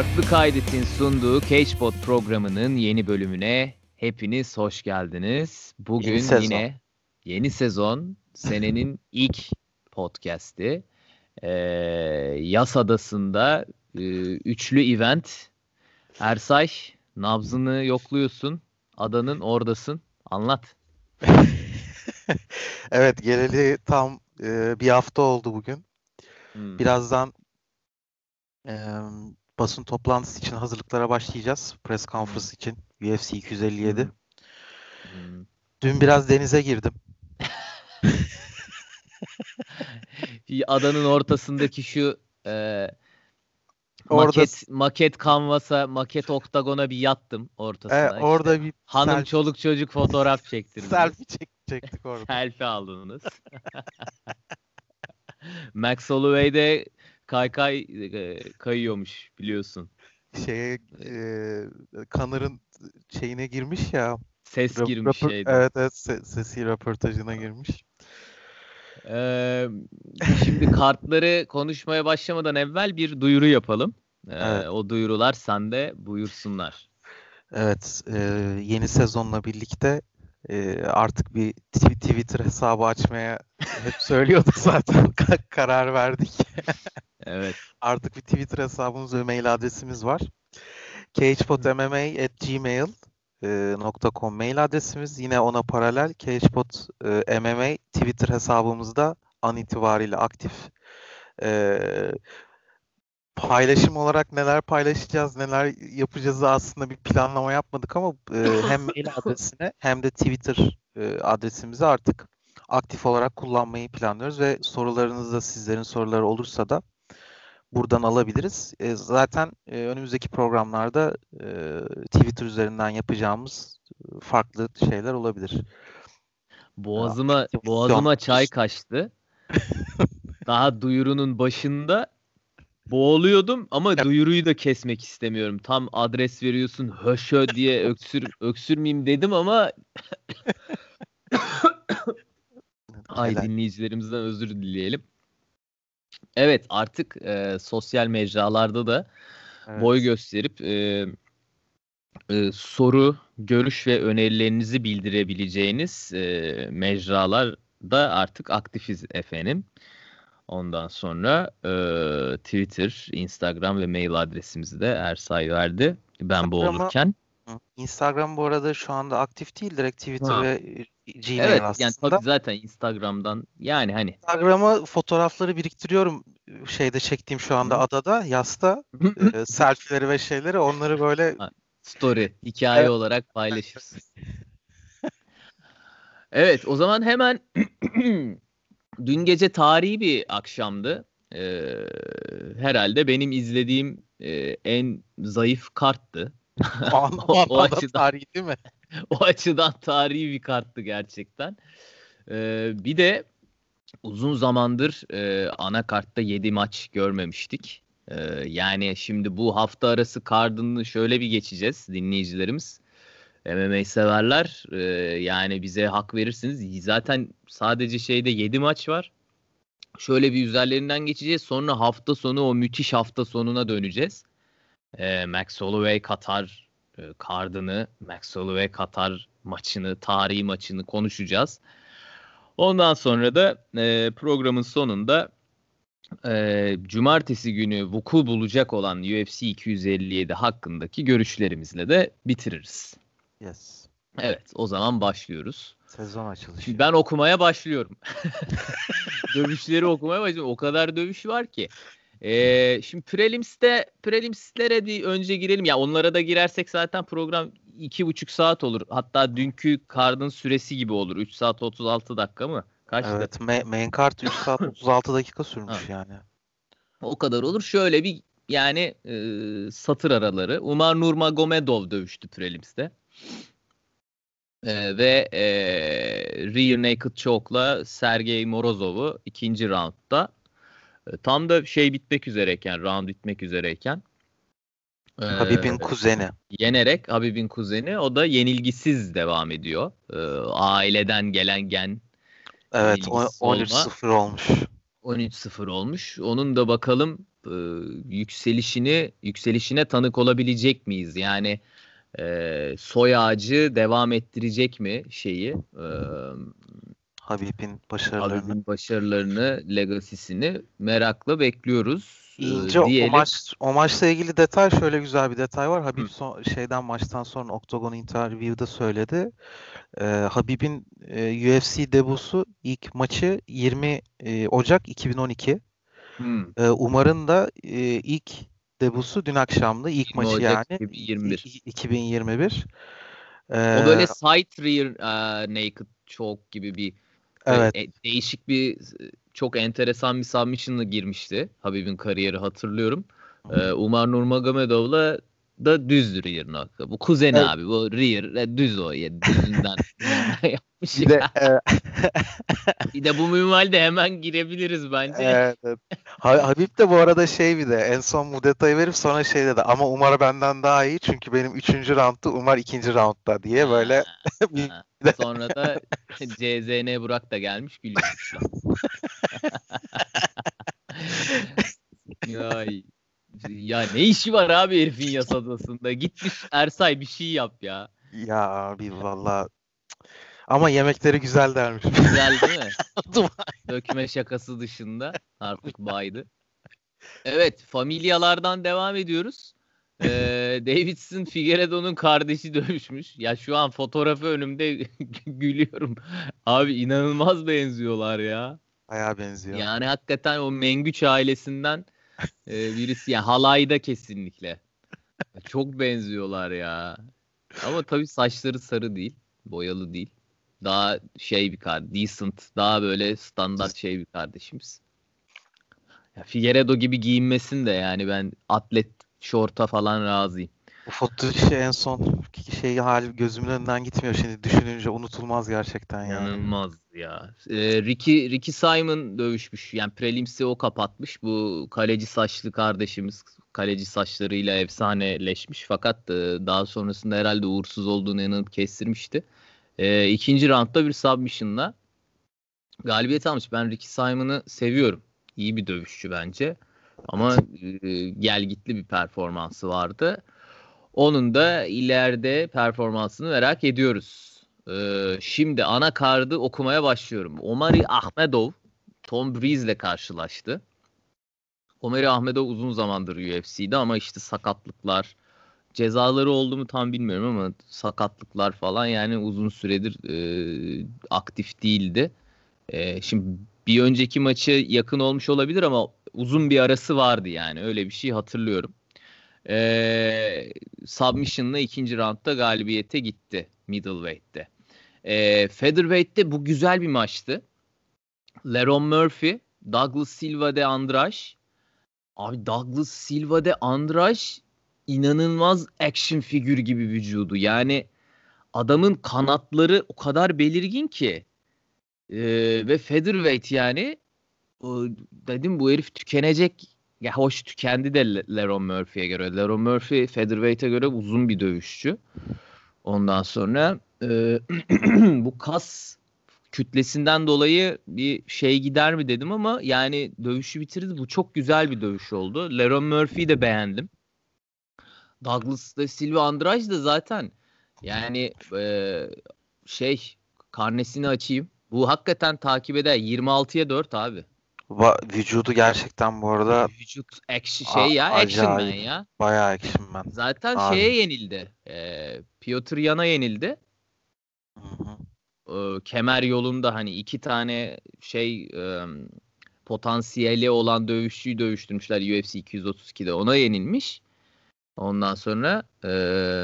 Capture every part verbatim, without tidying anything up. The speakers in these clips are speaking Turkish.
Farklı Kaydet'in sunduğu CagePod programının yeni bölümüne hepiniz hoş geldiniz. Bugün yeni yine yeni sezon, senenin ilk podcast'i. Ee, Yas Adası'nda e, üçlü event. Ersay, nabzını yokluyorsun. Adanın oradasın. Anlat. Evet, geleli tam e, bir hafta oldu bugün. Hmm. Birazdan e, basın toplantısı için hazırlıklara başlayacağız. Press conference hmm. için U F C iki yüz elli yedi. Hmm. Hmm. Dün biraz denize girdim. Adanın ortasındaki şu e, orada, maket maket kanvasa, maket oktagona bir yattım ortasına. E, orada işte. Bir hanım selfie, çoluk çocuk fotoğraf çektirdiniz. Selfie çek, çektik orada. Selfie aldınız. Max Holloway'de kaykay e, kayıyormuş biliyorsun. Şeye e, Connor'ın şeyine girmiş ya. Ses rap, girmiş rap, şeyde. Evet evet ses, sesi röportajına girmiş. Ee, şimdi kartları konuşmaya başlamadan evvel bir duyuru yapalım. Ee, evet. O duyurular sende, buyursunlar. Evet, e, yeni sezonla birlikte e, artık bir t- Twitter hesabı açmaya hep söylüyorduk zaten. Karar verdik. Evet. Artık bir Twitter hesabımız ve mail adresimiz var. cagepodmma at gmail nokta com mail adresimiz. Yine ona paralel cagepodmma Twitter hesabımızda an itibariyle aktif. Ee, paylaşım olarak neler paylaşacağız, neler yapacağız aslında bir planlama yapmadık ama e, hem mail adresine hem de Twitter e, adresimizi artık aktif olarak kullanmayı planlıyoruz ve sorularınızda sizlerin soruları olursa da buradan alabiliriz. E, zaten e, önümüzdeki programlarda e, Twitter üzerinden yapacağımız farklı şeyler olabilir. Boğazıma boğazıma çay kaçtı. Daha duyurunun başında boğuluyordum ama duyuruyu da kesmek istemiyorum. Tam adres veriyorsun höşö diye öksür öksürmeyeyim dedim ama ay dinleyicilerimizden özür dileyelim. Evet artık e, sosyal mecralarda da evet. boy gösterip e, e, soru, görüş ve önerilerinizi bildirebileceğiniz e, mecralarda artık aktifiz efendim. Ondan sonra e, Twitter, Instagram ve mail adresimizi de Ersay verdi. Ben boğulurken. Instagram bu arada şu anda aktif değil. Direkt Twitter ha. ve Gmail evet, aslında. Yani tabii zaten Instagram'dan yani hani. Instagram'a fotoğrafları biriktiriyorum. Şeyde çektiğim şu anda Hı. adada, yasta. e, selfie'leri ve şeyleri onları böyle. Ha, story, hikaye evet. olarak paylaşırsın. Evet o zaman hemen dün gece tarihi bir akşamdı. Ee, herhalde benim izlediğim e, en zayıf karttı. o, o açıdan tarihi değil mi? O açıdan tarihi bir karttı gerçekten. Ee, bir de uzun zamandır e, anakartta yedi maç görmemiştik. Ee, yani şimdi bu hafta arası kardını şöyle bir geçeceğiz dinleyicilerimiz. M M A severler e, yani bize hak verirsiniz. Zaten sadece şeyde yedi maç var. Şöyle bir üzerlerinden geçeceğiz. Sonra hafta sonu o müthiş hafta sonuna döneceğiz. E, Max Holloway Katar e, kardını, Max Holloway Katar maçını, tarihi maçını konuşacağız. Ondan sonra da e, programın sonunda e, cumartesi günü vuku bulacak olan U F C iki yüz elli yedi hakkındaki görüşlerimizle de bitiririz. Yes. Evet, o zaman başlıyoruz. Sezon açılışı. Şimdi ben okumaya başlıyorum. Dövüşleri okumaya başlıyorum. O kadar dövüş var ki. Ee, şimdi prelims'te prelims'lere bir önce girelim. Ya onlara da girersek zaten program iki buçuk saat olur. Hatta dünkü kardın süresi gibi olur. üç saat otuz altı dakika mı? Kaçtı? Evet, ma- main kart üç saat otuz altı dakika sürmüş ha. yani. O kadar olur. Şöyle bir yani e, satır araları. Umar Nurmagomedov dövüştü prelims'te. Ee, ve e, Rear Naked Choke'la Sergey Morozov'u ikinci roundda e, tam da şey bitmek üzereyken, round bitmek üzereyken e, Habib'in kuzeni. Yenerek Habib'in kuzeni o da yenilgisiz devam ediyor. E, aileden gelen gen. Evet on üç sıfır olmuş. on üç sıfır olmuş. Onun da bakalım e, yükselişini yükselişine tanık olabilecek miyiz? Yani e, soy ağacı devam ettirecek mi şeyi? E, Habib'in başarılarını. Habib'in başarılarını, legacy'sini merakla bekliyoruz. E, İnce o diyelim. maç o maçla ilgili detay şöyle güzel bir detay var. Habib Hı. son, şeyden maçtan sonra Octagon interview'da söyledi. Ee, Habib'in e, U F C debusu ilk maçı yirmi e, Ocak iki bin on iki. Hı. Ee, Umar'ın da e, ilk debusu dün akşamdı. İlk yirmi maçı Ocak yani iki bin yirmi bir. iki bin yirmi bir. O Ee, böyle side rear e, naked choke gibi bir böyle evet. e, değişik bir çok enteresan bir submission'la girmişti. Habib'in kariyeri hatırlıyorum. E, Umar Nurmagomedov'la da düz rear naked. Bu kuzen Evet. abi. Bu rear e, düz o ya düzünden düzünden yapmış Bir de ya. e, Bir de bu minvalde hemen girebiliriz bence. evet, evet. Ha- Habib de bu arada şey bir de en son bu detayı verip sonra şey dedi ama Umar benden daha iyi çünkü benim üçüncü roundda Umar ikinci roundda diye böyle Ha, bir ha. de Sonra da C Z N Burak da gelmiş gülüyormuşlar. Ay. Ya ne işi var abi herifin yas adasında? Gitmiş Ersay bir şey yap ya. ya abi valla ama yemekleri güzel dermiş. Güzel değil mi? Dökme şakası dışında artık baydı. Evet, familyalardan devam ediyoruz. Ee, Davidson Figueiredo'nun kardeşi dövüşmüş. Ya şu an fotoğrafı önümde gülüyorum. Abi inanılmaz benziyorlar ya. Bayağı benziyor. Yani hakikaten o Mengüç ailesinden e, birisi. Yani halayda kesinlikle. Çok benziyorlar ya. Ama tabii saçları sarı değil. Boyalı değil. Daha şey bir kardeş. Decent. Daha böyle standart şey bir kardeşimiz. Ya Figueiredo gibi giyinmesin de yani ben atlet şorta falan razıyım. Bu foto şey en son şey hali gözümün önünden gitmiyor şimdi düşününce unutulmaz gerçekten yani. İnanılmaz ya. Ee, Ricky, Ricky Simon dövüşmüş. Yani prelims'i o kapatmış. Bu kaleci saçlı kardeşimiz kaleci saçlarıyla efsaneleşmiş. Fakat e, daha sonrasında herhalde uğursuz olduğunu inanıp kestirmişti. E, ikinci roundda bir submission'la galibiyet almış. Ben Ricky Simon'ı seviyorum. İyi bir dövüşçü bence. Ama e, gelgitli bir performansı vardı. Onun da ileride performansını merak ediyoruz. Ee, şimdi ana kartı okumaya başlıyorum. Omari Ahmedov Tom Breeze'le karşılaştı. Omari Ahmedov uzun zamandır U F C'de ama işte sakatlıklar, cezaları oldu mu tam bilmiyorum ama sakatlıklar falan yani uzun süredir e, aktif değildi. E, şimdi bir önceki maçı yakın olmuş olabilir ama uzun bir arası vardı yani öyle bir şey hatırlıyorum. Ee, Submission'la ikinci roundda galibiyete gitti middleweight'te. Ee, featherweight'te bu güzel bir maçtı. Leron Murphy, Douglas Silva de Andrade. Abi Douglas Silva de Andrade inanılmaz action figür gibi vücudu. Yani adamın kanatları o kadar belirgin ki ee, ve featherweight yani o, dedim bu herif tükenecek. Ya hoş tükendi de Le- Leron Murphy'ye göre. Leron Murphy featherweight'e göre uzun bir dövüşçü. Ondan sonra e, bu kas kütlesinden dolayı bir şey gider mi dedim ama yani dövüşü bitirdi. Bu çok güzel bir dövüş oldu. Leron Murphy'yi de beğendim. Douglas da Silva Andrade de zaten yani e, şey karnesini açayım. Bu hakikaten takip eder. yirmi altıya dört abi. Va- vücudu gerçekten bu arada Vücut action a- şey ya Action Man acayip. ya. Bayağı action man. Zaten Abi. şeye yenildi. E, Piotr Yan'a yenildi. Hı hı. E, kemer yolunda hani iki tane şey e, potansiyeli olan dövüşçüyü dövüştürmüşler U F C iki yüz otuz ikide. Ona yenilmiş. Ondan sonra e,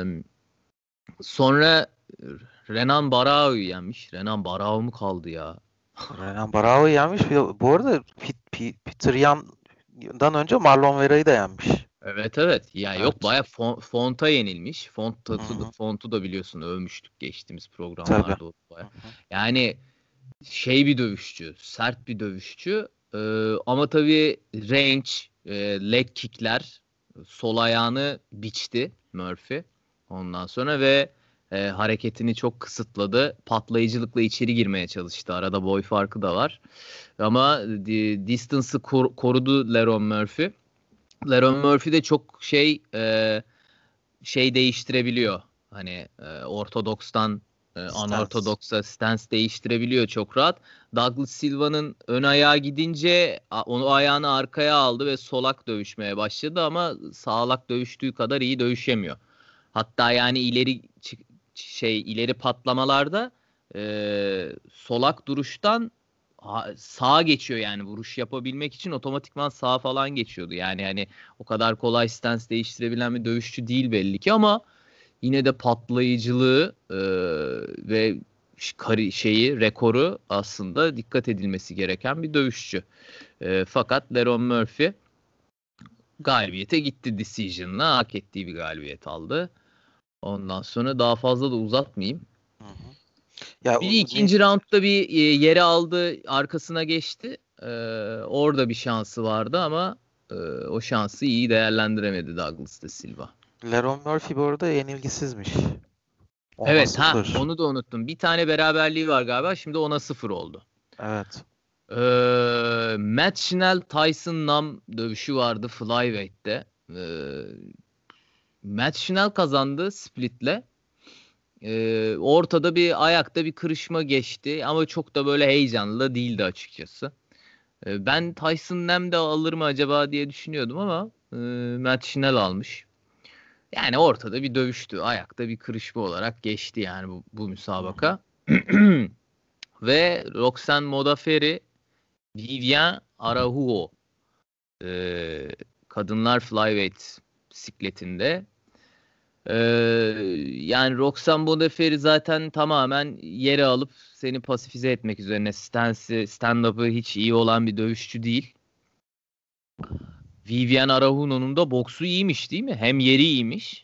sonra Renan Barão'yu yenmiş. Renan Barão mu kaldı ya? Renan Barao yenmiş. Bir de- Bu arada Pit, Pit, Peter Yan'dan önce Marlon Vera'yı da yenmiş. Evet evet. Ya yok Evet. baya fon, Font'a yenilmiş. Font, Hı hı. Font'u da biliyorsun övmüştük geçtiğimiz Tabii. programlarda o Hı baya. hı. Yani şey bir dövüşçü, sert bir dövüşçü. Ee, ama tabii range, e, leg kickler, sol ayağını biçti Murphy. Ondan sonra ve e, hareketini çok kısıtladı. Patlayıcılıkla içeri girmeye çalıştı. Arada boy farkı da var. Ama di- distance'ı kor- korudu Leron Murphy. Lerone Murphy de çok şey e, şey değiştirebiliyor. Hani e, ortodokstan e, anortodoksa stance değiştirebiliyor çok rahat. Douglas Silva'nın ön ayağı gidince a, onu ayağını arkaya aldı ve solak dövüşmeye başladı ama sağlak dövüştüğü kadar iyi dövüşemiyor. Hatta yani ileri şey ileri patlamalarda e, solak duruştan ha, sağa geçiyor yani vuruş yapabilmek için otomatikman sağa falan geçiyordu. Yani hani o kadar kolay stance değiştirebilen bir dövüşçü değil belli ki ama yine de patlayıcılığı e, ve kari, şeyi rekoru aslında dikkat edilmesi gereken bir dövüşçü. E, fakat Lerone Murphy galibiyete gitti decision'la hak ettiği bir galibiyet aldı. Ondan sonra daha fazla da uzatmayayım. Hı hı. Ya Bir ikinci roundda bir yere aldı, arkasına geçti. Ee, orada bir şansı vardı ama e, o şansı iyi değerlendiremedi Douglas da Silva. Lerone Murphy bu arada yenilgisizmiş. Evet, ha onu da unuttum. Bir tane beraberliği var galiba. Şimdi ona sıfır oldu. Evet. Ee, Matt Schnell Tyson Nam dövüşü vardı Flyweight'te. Ee, Matt Schnell kazandı splitle. Ee, ortada bir ayakta bir kırışma geçti ama çok da böyle heyecanlı değildi açıkçası. Ee, ben Tyson Nem de alır mı acaba diye düşünüyordum ama e, Matt Schnell almış. Yani ortada bir dövüştü. Ayakta bir kırışma olarak geçti yani bu, bu müsabaka. Ve Roxanne Modafferi, Viviane Araújo e, kadınlar flyweight sikletinde. Ee, yani Roxanne Modafferi zaten tamamen yere alıp seni pasifize etmek üzerine stance'i, stand-up'ı hiç iyi olan bir dövüşçü değil. Viviane Araújo'nun da boksu iyiymiş değil mi? Hem yeri iyiymiş.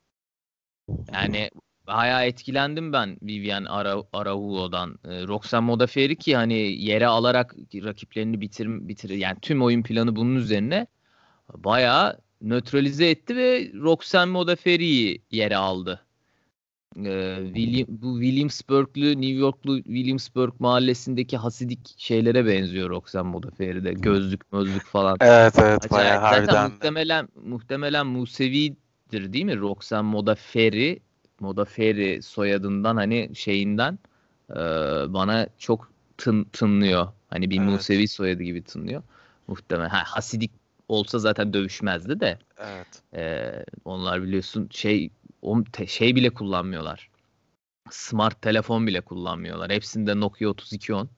Yani bayağı etkilendim ben Viviane Ara Araújo'dan. Ee, Roxanne Modafferi ki hani yere alarak rakiplerini bitir bitir yani tüm oyun planı bunun üzerine bayağı nötralize etti ve Roxanne Modafferi'yi yere aldı. Ee, William, bu Williamsburg'lu New Yorklu Williamsburg mahallesindeki hasidik şeylere benziyor Roxanne Modafferi'de. Gözlük, gözlük falan. Evet evet bayağı Acayip. Zaten harbiden de. muhtemelen muhtemelen Musevi'dir değil mi? Roxanne Modafferi, Modafferi soyadından hani şeyinden e, bana çok tın, tınlıyor. Hani bir Evet. Musevi soyadı gibi tınlıyor. Muhtemelen. Ha, hasidik olsa zaten dövüşmezdi de. Evet. E, onlar biliyorsun şey o te- şey bile kullanmıyorlar. Smart telefon bile kullanmıyorlar. Hepsinde Nokia otuz iki on.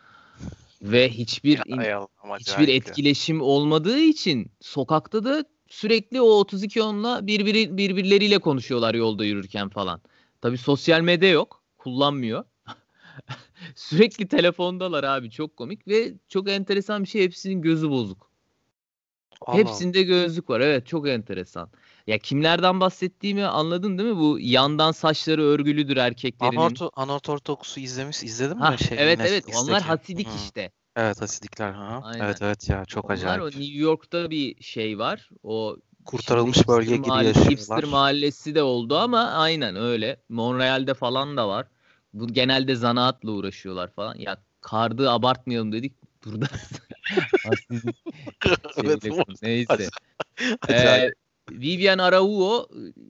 Ve hiçbir in- Ay Allah'ım, hiçbir acayip ya. etkileşim olmadığı için sokakta da sürekli o otuz iki onla birbiri birbirleriyle konuşuyorlar yolda yürürken falan. Tabii sosyal medya yok. Kullanmıyor. Sürekli telefondalar abi. Çok komik ve çok enteresan bir şey. Hepsinin gözü bozuk. Allah Allah. Hepsinde gözlük var. Evet, çok enteresan. Ya kimlerden bahsettiğimi anladın değil mi? Bu yandan saçları örgülüdür erkeklerinin. Anorto, Anortodoks'u izlemiş, izledin Ha mi şey evet yine evet onlar Netflix'teki? hasidik Hı. işte. Evet hasidikler. Ha. Evet Aynen. evet ya çok Onlar o acayip. New York'ta bir şey var. O şimdi Kurtarılmış hipster bölge gibi mahalle, hipster yaşıyorlar. mahallesi de oldu ama aynen öyle. Montreal'de falan da var. Bu genelde zanaatla uğraşıyorlar falan. Ya kardı abartmayalım dedik. Burada hasidik Evet. şeyle konu. Neyse. Acayip. Ee, Viviane Araújo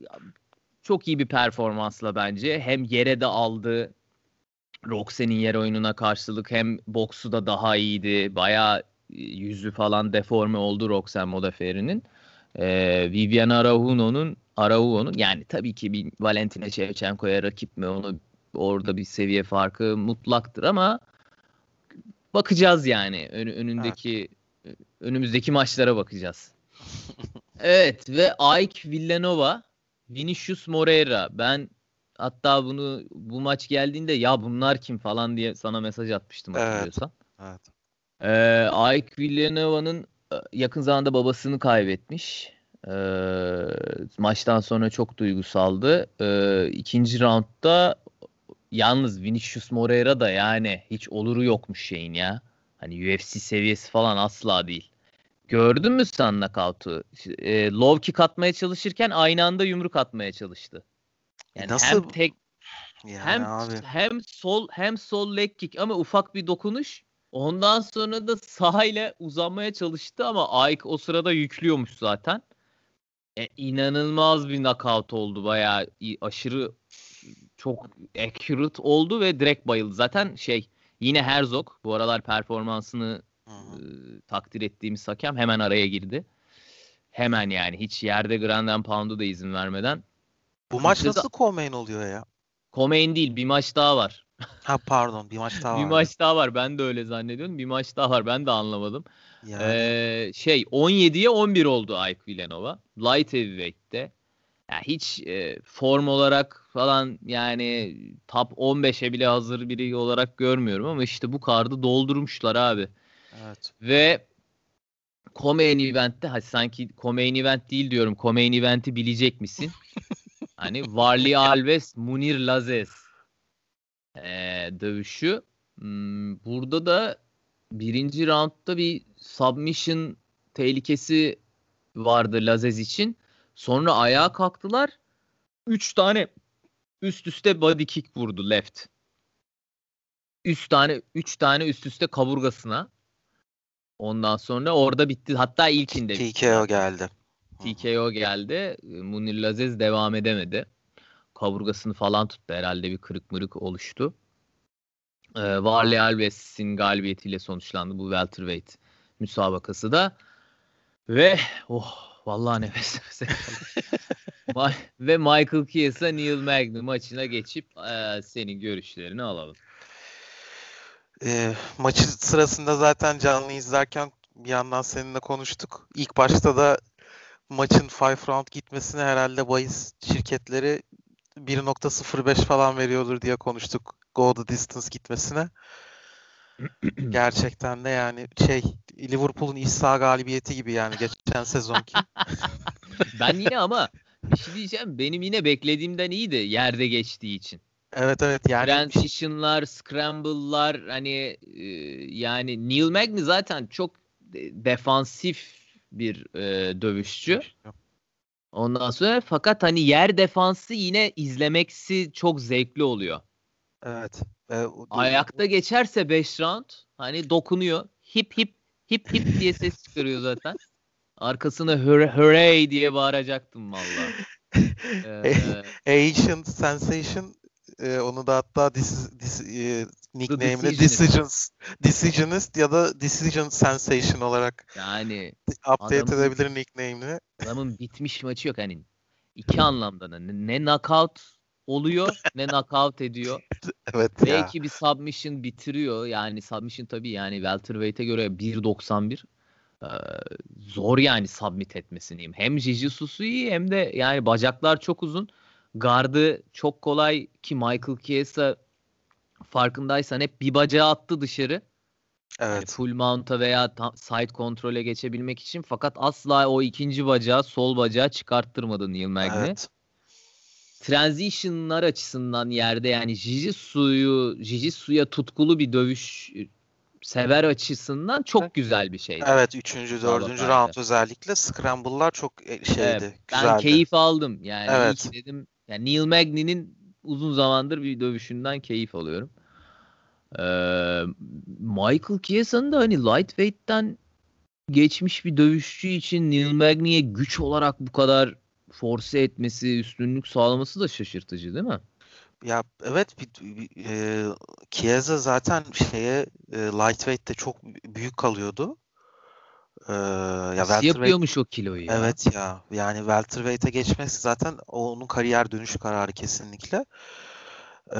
çok iyi bir performansla bence. Hem yere de aldı. Roxanne'in yer oyununa karşılık hem boksu da daha iyiydi. Bayağı yüzü falan deforme oldu Roxanne Modafferi'nin. Ee, Viviane Araújo'nun Araújo'nun yani tabii ki bir Valentina Shevchenko'ya rakip mi onu orada bir seviye farkı mutlaktır ama bakacağız yani Ön, Evet. önündeki önümüzdeki maçlara bakacağız. Evet ve Ike Villanova, Vinicius Moreira. Ben hatta bunu bu maç geldiğinde ya bunlar kim falan diye sana mesaj atmıştım Evet. hatırlıyorsan. Evet. Ee, Ike Villanova'nın e, yakın zamanda babasını kaybetmiş. Ee, maçtan sonra çok duygusaldı. Ee, ikinci roundda yalnız Vinicius Moreira da yani hiç oluru yokmuş şeyin ya. Hani U F C seviyesi falan asla değil. Gördün mü sen knockout'u? E, low kick atmaya çalışırken aynı anda yumruk atmaya çalıştı. E Yani hem nasıl tek yani hem abi? hem sol hem sol leg kick ama ufak bir dokunuş Ondan sonra da sahayla uzanmaya çalıştı ama Ike o sırada yüklüyormuş zaten. E, inanılmaz bir knockout oldu. Bayağı iyi, aşırı çok accurate oldu ve direkt bayıldı. Zaten şey yine Herzog bu aralar performansını e, takdir ettiğimiz hakem hemen araya girdi. Hemen yani hiç yerde ground and pound'u da izin vermeden. Bu maç Kırdı da- nasıl co-main oluyor ya? Comain değil, bir maç daha var. Ha pardon, bir maç daha Bir var. maç daha var. Ben de öyle zannediyorum. Bir maç daha var. Ben de anlamadım. Yani Ee, şey on yediye on bir oldu Ike Vilanova. Light Heavyweight'te. Ya hiç e, form olarak falan yani top on beşe bile hazır biri olarak görmüyorum ama işte bu kartı doldurmuşlar abi. evet. Ve Co-Main Event'te hadi sanki Co-Main Event değil diyorum. Co-Main Event'i bilecek misin? Hani Warlley Alves, Munir Lazzez ee, dövüşü. Hmm, burada da birinci roundda bir submission tehlikesi vardı Lazzez için. Sonra ayağa kalktılar. Üç tane üst üste body kick vurdu left. Üç tane üç tane üst üste kaburgasına. Ondan sonra orada bitti. Hatta ilkinde bitti T K O zaten. geldi. T K O geldi. Munir Lazzez devam edemedi. Kaburgasını falan tuttu. Herhalde bir kırık mırık oluştu. Ee, Warlley Alves'in galibiyetiyle sonuçlandı bu welterweight müsabakası da. Ve oh vallahi nefes nefese kaldım. Ve Michael Chiesa Neil Magny maçına geçip e, senin görüşlerini alalım. E, maçı sırasında zaten canlı izlerken bir yandan seninle konuştuk. İlk başta da maçın five round gitmesine herhalde bahis şirketleri bir nokta sıfır beş falan veriyordur diye konuştuk. Go the distance gitmesine. Gerçekten de yani şey Liverpool'un iç saha galibiyeti gibi yani geçen sezonki. Ben yine ama bir şey diyeceğim. Benim yine beklediğimden iyiydi yerde geçtiği için. Evet evet yani Transition'lar, scramble'lar hani e, yani Neil Magny zaten çok defansif bir e, dövüşçü. Ondan sonra fakat hani yer defansı yine izlemeksi çok zevkli oluyor. Evet. E, Ayakta geçerse beş round hani dokunuyor. Hip hip hip hip diye ses çıkarıyor zaten. Arkasına hur- hooray diye bağıracaktım valla. Ee, Ancient Sensation e, onu da hatta dis, dis, e, nickname'ine Decisionist. Decisions, Decisionist ya da Decision Sensation olarak Yani update adamın, edebilir nickname'ini. adamın bitmiş maçı yok. Hani iki anlamda da ne, ne knockout oluyor ne knockout ediyor. Evet ya. Belki bir submission bitiriyor. Yani submission tabii yani welterweight'e göre bir doksan bir. Ee, zor yani submit etmesini. Hem Jiu-Jitsu'su iyi hem de yani bacaklar çok uzun. Gardı çok kolay ki Michael Chiesa farkındaysan hep bir bacağı attı dışarı. Hani Evet. full mount'a veya ta- side kontrole geçebilmek için fakat asla o ikinci bacağı sol bacağı çıkarttırmadı Neil Magny. Evet. Transition'lar açısından yerde yani Jiu-Jitsu'yu Jiu-Jitsu'ya tutkulu bir dövüş sever açısından çok güzel bir şeydi. Evet. Üçüncü, dördüncü round Müsabakaydı. özellikle scramble'lar çok e, Evet, şeydi. ben Güzeldi. keyif aldım. Yani iyi Evet. ki dedim. Yani Neil Magny'nin uzun zamandır bir dövüşünden keyif alıyorum. Ee, Michael Chiesa'nın da hani lightweight'ten geçmiş bir dövüşçü için Neil Magny'ye güç olarak bu kadar force etmesi, üstünlük sağlaması da şaşırtıcı değil mi? Ya evet bir, bir, e, Chiesa zaten şeye e, lightweight'te çok büyük kalıyordu. E, ya Nasıl welterweight yapıyormuş o kiloyu ya? evet ya yani welterweight'e geçmesi zaten onun kariyer dönüş kararı kesinlikle. E,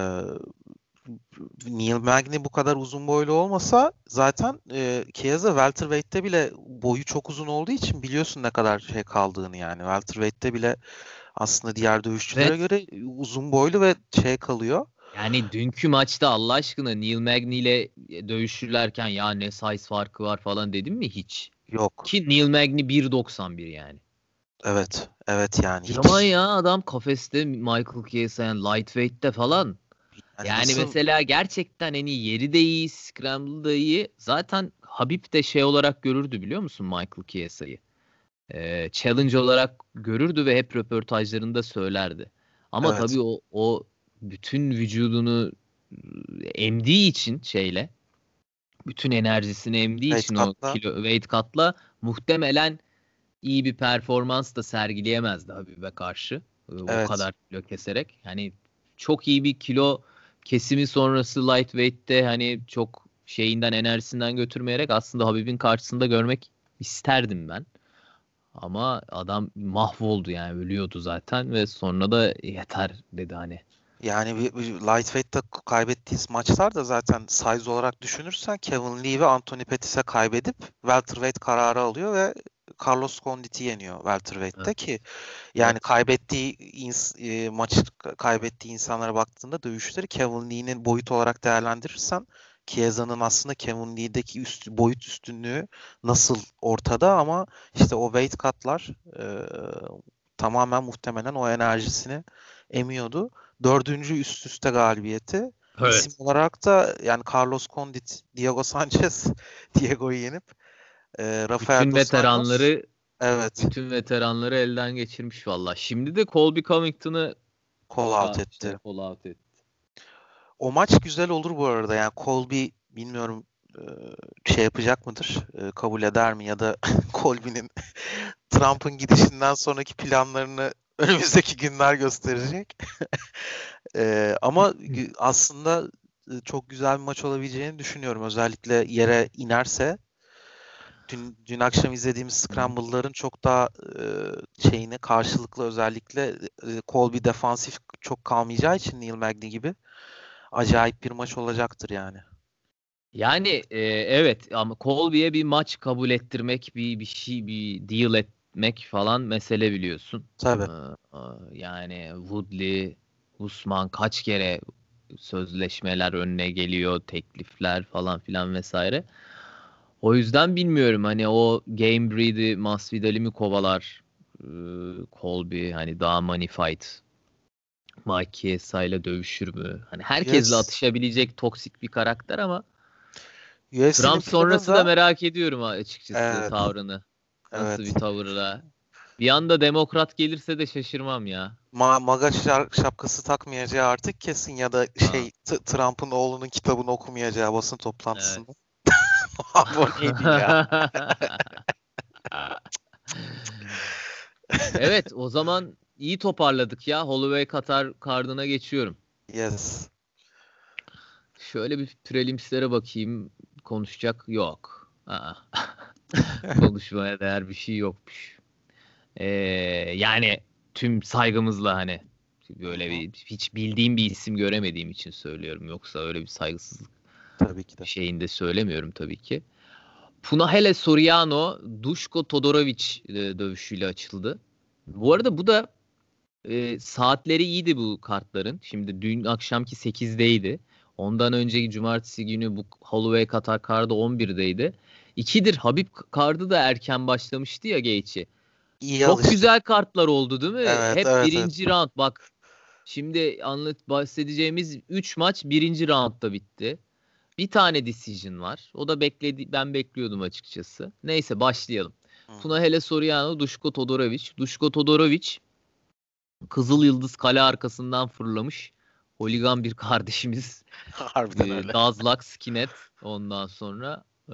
Neil Magny bu kadar uzun boylu olmasa zaten e, Chiesa welterweight'te bile boyu çok uzun olduğu için biliyorsun ne kadar şey kaldığını yani. Welterweight'te bile aslında diğer dövüşçülere Evet. göre uzun boylu ve şey kalıyor. Yani dünkü maçta Allah aşkına Neil Magny ile dövüşürlerken ya ne size farkı var falan dedim mi hiç? Yok. Ki Neil Magny bir doksan bir yani. Evet. Evet yani Yaman hiç ya adam kafeste Michael Chiesa yani lightweight'te falan. yani Yani nasıl mesela gerçekten en iyi yeri de iyi, scramble'ı da iyi. Zaten Habib de şey olarak görürdü biliyor musun Michael Chiesa'yı? Ee, challenge olarak görürdü ve hep röportajlarında söylerdi. Ama evet. tabii o o bütün vücudunu ıı, emdiği için şeyle bütün enerjisini emdiği Weight için o cut'la. kilo weight cut'la muhtemelen iyi bir performans da sergileyemezdi Habib'e karşı. Ee, O Evet. kadar kilo keserek. Yani çok iyi bir kilo kesimi sonrası lightweight'te hani çok şeyinden enerjisinden götürmeyerek aslında Habib'in karşısında görmek isterdim ben. Ama adam mahvoldu yani ölüyordu zaten ve sonra da yeter dedi hani. Yani bir, bir lightweight'te kaybettiği maçlar da zaten size olarak düşünürsen Kevin Lee ve Anthony Pettis'e kaybedip welterweight kararı alıyor ve Carlos Condit'i yeniyor welterweight'te Evet. ki yani Evet. kaybettiği ins- e, maçı kaybettiği insanlara baktığında dövüşleri Kevin Lee'nin boyut olarak değerlendirirsen Chiesa'nın aslında Kevin Lee'deki üst, boyut üstünlüğü nasıl ortada ama işte o weight cut'lar e, tamamen muhtemelen o enerjisini emiyordu. Dördüncü üst üste galibiyeti. İsim Evet. olarak da yani Carlos Condit, Diego Sanchez, Diego'yu yenip e, Rafael Bütün Dos Anjos. veteranları Evet. bütün veteranları elden geçirmiş valla. Şimdi de Colby Covington'ı Call out ka- etti. şey call out etti. O maç güzel olur bu arada. Yani Colby bilmiyorum e, şey yapacak mıdır? E, kabul eder mi? Ya da Colby'nin Trump'ın gidişinden sonraki planlarını önümüzdeki günler gösterecek. E, ama gü- aslında e, çok güzel bir maç olabileceğini düşünüyorum. Özellikle yere inerse. Dün, dün akşam izlediğimiz Scramble'ların çok daha e, şeyine karşılıklı özellikle e, Colby defansif çok kalmayacağı için Neil Magny gibi acayip bir maç olacaktır yani. Yani e, evet ama Colby'ye bir maç kabul ettirmek, bir bir şey, bir deal etmek falan mesele biliyorsun. Tabii. Ee, e, yani Woodley, Usman kaç kere sözleşmeler önüne geliyor, teklifler falan filan vesaire. O yüzden bilmiyorum hani o Game Breed'i Masvidal'i mi kovalar e, Colby hani daha money fight Mike Chiesa ile dövüşür mü? Hani herkesle Yes. atışabilecek toksik bir karakter ama U F C'nin Trump planı sonrası da da merak ediyorum açıkçası evet. tavrını. Nasıl bir Evet. tavırla. Bir anda demokrat gelirse de şaşırmam ya. Ma Maga şar- şapkası takmayacağı artık kesin ya da Ha, şey T- Trump'ın oğlunun kitabını okumayacağı basın evet. toplantısında. Bu neydi ya? Evet, o zaman iyi toparladık ya. Holloway Katar kardına geçiyorum. Yes. Şöyle bir prelimslere bakayım. Konuşacak yok. Aa. Konuşmaya değer bir şey yokmuş. Ee, yani tüm saygımızla hani Hı böyle hı. bir hiç bildiğim bir isim göremediğim için söylüyorum. Yoksa öyle bir saygısızlık Tabii ki de. şeyinde söylemiyorum tabii ki. Punahele Soriano Duško Todorovic e, dövüşüyle açıldı. Bu arada bu da e, saatleri iyiydi bu kartların. Şimdi dün akşamki sekizdeydi. Ondan önceki cumartesi günü bu Holloway Katar kartı on birdeydi. İkidir Habib kartı da erken başlamıştı ya Gaethje. İyi Çok alıştık. güzel kartlar oldu değil mi? Evet, Hep evet, evet. birinci round. Bak şimdi anlat bahsedeceğimiz üç maç birinci roundda bitti. Bir tane decision var. O da bekledi ben bekliyordum açıkçası. Neyse başlayalım. Hı hı. Punahele Soriano, Duško Todorovic. Duško Todorovic Kızıl Yıldız kale arkasından fırlamış. Holigan bir kardeşimiz. Harbiden E, öyle. Dazlak Skinhead ondan sonra. E,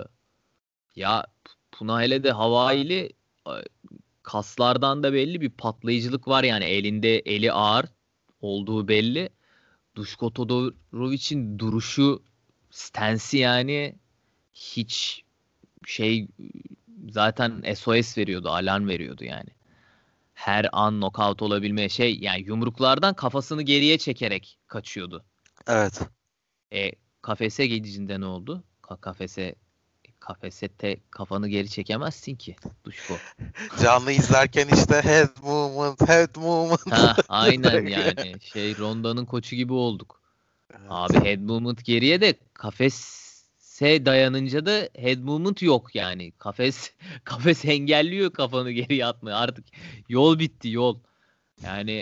ya Punahele de Havaili kaslardan da belli bir patlayıcılık var yani elinde eli ağır olduğu belli. Duško Todorovic'in duruşu stansi yani hiç şey zaten S O S veriyordu, alarm veriyordu yani. Her an knockout olabilmeye şey yani yumruklardan kafasını geriye çekerek kaçıyordu. Evet. E kafese gidişinde ne oldu? Ka- kafese kafese te kafanı geri çekemezsin ki Duşko. Canlı izlerken işte head movement, head movement. Ha aynen Direkt. yani şey Ronda'nın koçu gibi olduk. Evet. Abi head movement geriye de kafese dayanınca da head movement yok yani. Kafes kafes engelliyor kafanı geriye atmayı. Artık yol bitti yol. Yani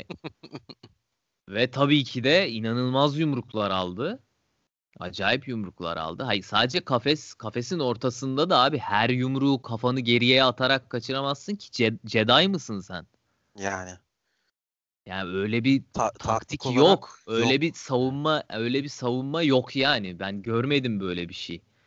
ve tabii ki de inanılmaz yumruklar aldı. Acayip yumruklar aldı. Hayır sadece kafes kafesin ortasında da abi her yumruğu kafanı geriye atarak kaçıramazsın ki Ce- Jedi mısın sen? Yani Yani öyle bir ta- taktik taktik yok. olarak Öyle bir yok. savunma, öyle bir savunma yok yani. Ben görmedim böyle bir şey.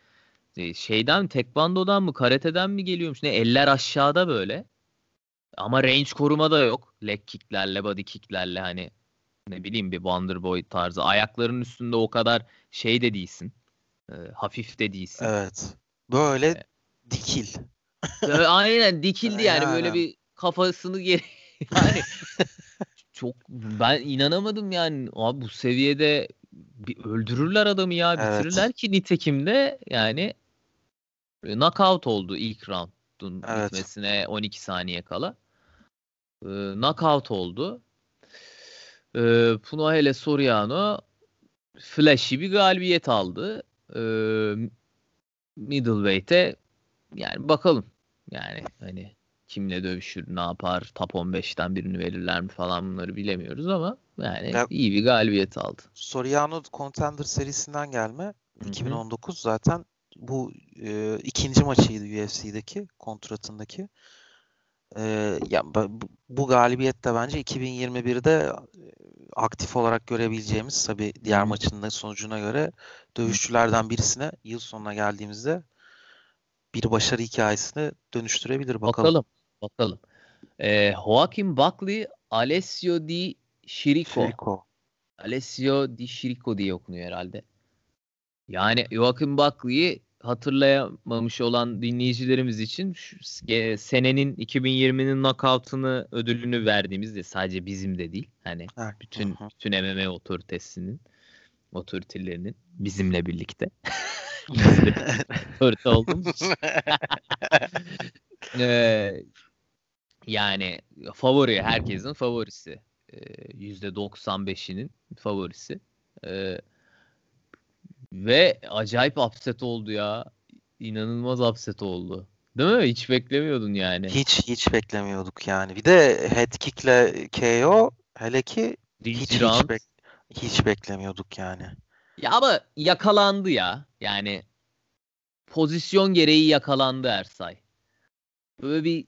e, şeyden tekvandodan mı karateden mi geliyormuş ne eller aşağıda böyle ama range koruma da yok leg kicklerle body kicklerle hani ne bileyim bir Wonderboy tarzı ayaklarının üstünde o kadar şey de değilsin e, hafif de değilsin. Evet. Böyle E, dikil. böyle aynen dikildi yani böyle Yani bir kafasını geri yani çok ben inanamadım yani abi bu seviyede bir öldürürler adamı ya evet. bitirirler ki nitekim de yani e, knockout oldu ilk round'un Evet. bitmesine on iki saniye kala. E, knockout oldu. E, Punahele Soriano flashy bir galibiyet aldı. E, Middleweight'e yani bakalım. Yani hani kimle dövüşür, ne yapar, top on beşten birini verirler mi falan bunları bilemiyoruz ama yani Ya, iyi bir galibiyet aldı. Soriano Contender serisinden gelme. Hı hı. iki bin on dokuz zaten bu e, ikinci maçıydı U F C'deki kontratındaki. E, ya bu, bu galibiyet de bence iki bin yirmi birde e, aktif olarak görebileceğimiz tabii Hı diğer hı. maçın da sonucuna göre Hı. dövüşçülerden birisine yıl sonuna geldiğimizde bir başarı hikayesine dönüştürebilir bakalım. Bakalım. Bakalım. Ee, Joaquin Buckley, Alessio Di Chirico. Şiriko. Alessio Di Chirico diye okunuyor herhalde. Yani Joaquin Buckley'i hatırlayamamış olan dinleyicilerimiz için şu, e, senenin iki bin yirminin knockout'ını ödülünü verdiğimizde sadece bizim de değil. Hani Ha, hı bütün hı. bütün M M A otoritesinin otoritelerinin bizimle birlikte. Biz de bir otorite olduğumuz için. Ee, yani favori herkesin favorisi. Ee, yüzde doksan beşinin favorisi. Ee, ve acayip upset oldu ya. İnanılmaz upset oldu. Değil mi? Hiç beklemiyordun yani. Hiç hiç beklemiyorduk yani. Bir de head kick'le K O hele ki hiç Birinci hiç round. bek hiç beklemiyorduk yani. Ya ama yakalandı ya. Yani pozisyon gereği yakalandı Ersay. Böyle bir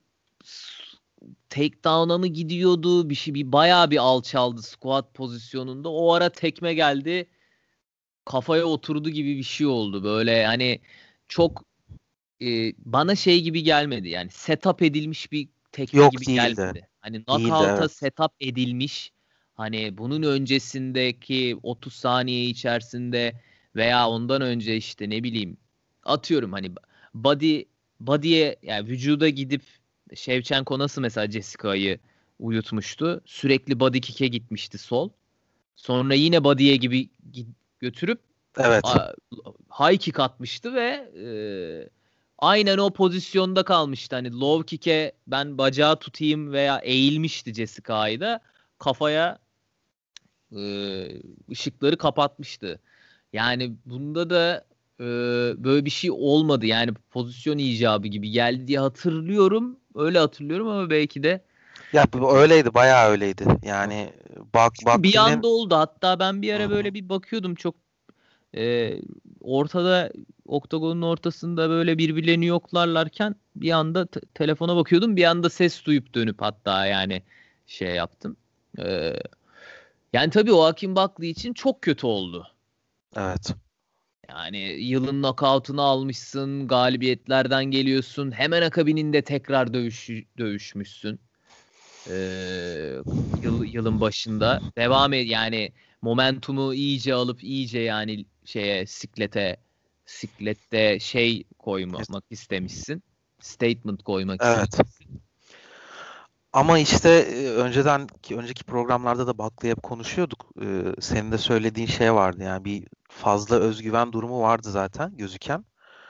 takedown'a mı gidiyordu? Bir şey bir bayağı bir alçaldı squat pozisyonunda. O ara tekme geldi. Kafaya oturdu gibi bir şey oldu. Böyle hani çok e, bana şey gibi gelmedi. Yani setup edilmiş bir tekme Yok gibi değildi. gelmedi. Hani Değildi knockout'a evet. setup edilmiş. Hani bunun öncesindeki otuz saniye içerisinde veya ondan önce işte ne bileyim atıyorum hani body body'ye yani vücuda gidip Shevchenko nasıl mesela Jessica'yı uyutmuştu. Sürekli body kick'e gitmişti sol. Sonra yine body'ye gibi gi- götürüp Evet. a- high kick atmıştı ve e, aynen o pozisyonda kalmıştı. Hani low kick'e ben bacağı tutayım veya eğilmişti Jessica'yı da kafaya e, ışıkları kapatmıştı. Yani bunda da e, böyle bir şey olmadı. Yani pozisyon icabı gibi geldi diye hatırlıyorum. Öyle hatırlıyorum ama belki de Ya bu öyleydi, bayağı öyleydi. Yani Bak bir Buckley'nin anda oldu. Hatta ben bir hı ara hı. böyle bir bakıyordum çok e, ortada oktagonun ortasında böyle birbirlerini yoklarlarken bir anda te- telefona bakıyordum. Bir anda ses duyup dönüp hatta yani şey yaptım. E, yani tabii o Hakim Buckley için çok kötü oldu. Evet. Yani yılın knockout'unu almışsın, galibiyetlerden geliyorsun. Hemen akabininde tekrar dövüş, dövüşmüşsün. Ee, yıl, yılın başında. Devam et yani momentumu iyice alıp iyice yani şeye siklete siklette şey koymak istemişsin. Statement koymak Evet. istemişsin. Ama işte e, önceden ki önceki programlarda da Buckley hep konuşuyorduk. Ee, senin de söylediğin şey vardı yani bir fazla özgüven durumu vardı zaten gözüken.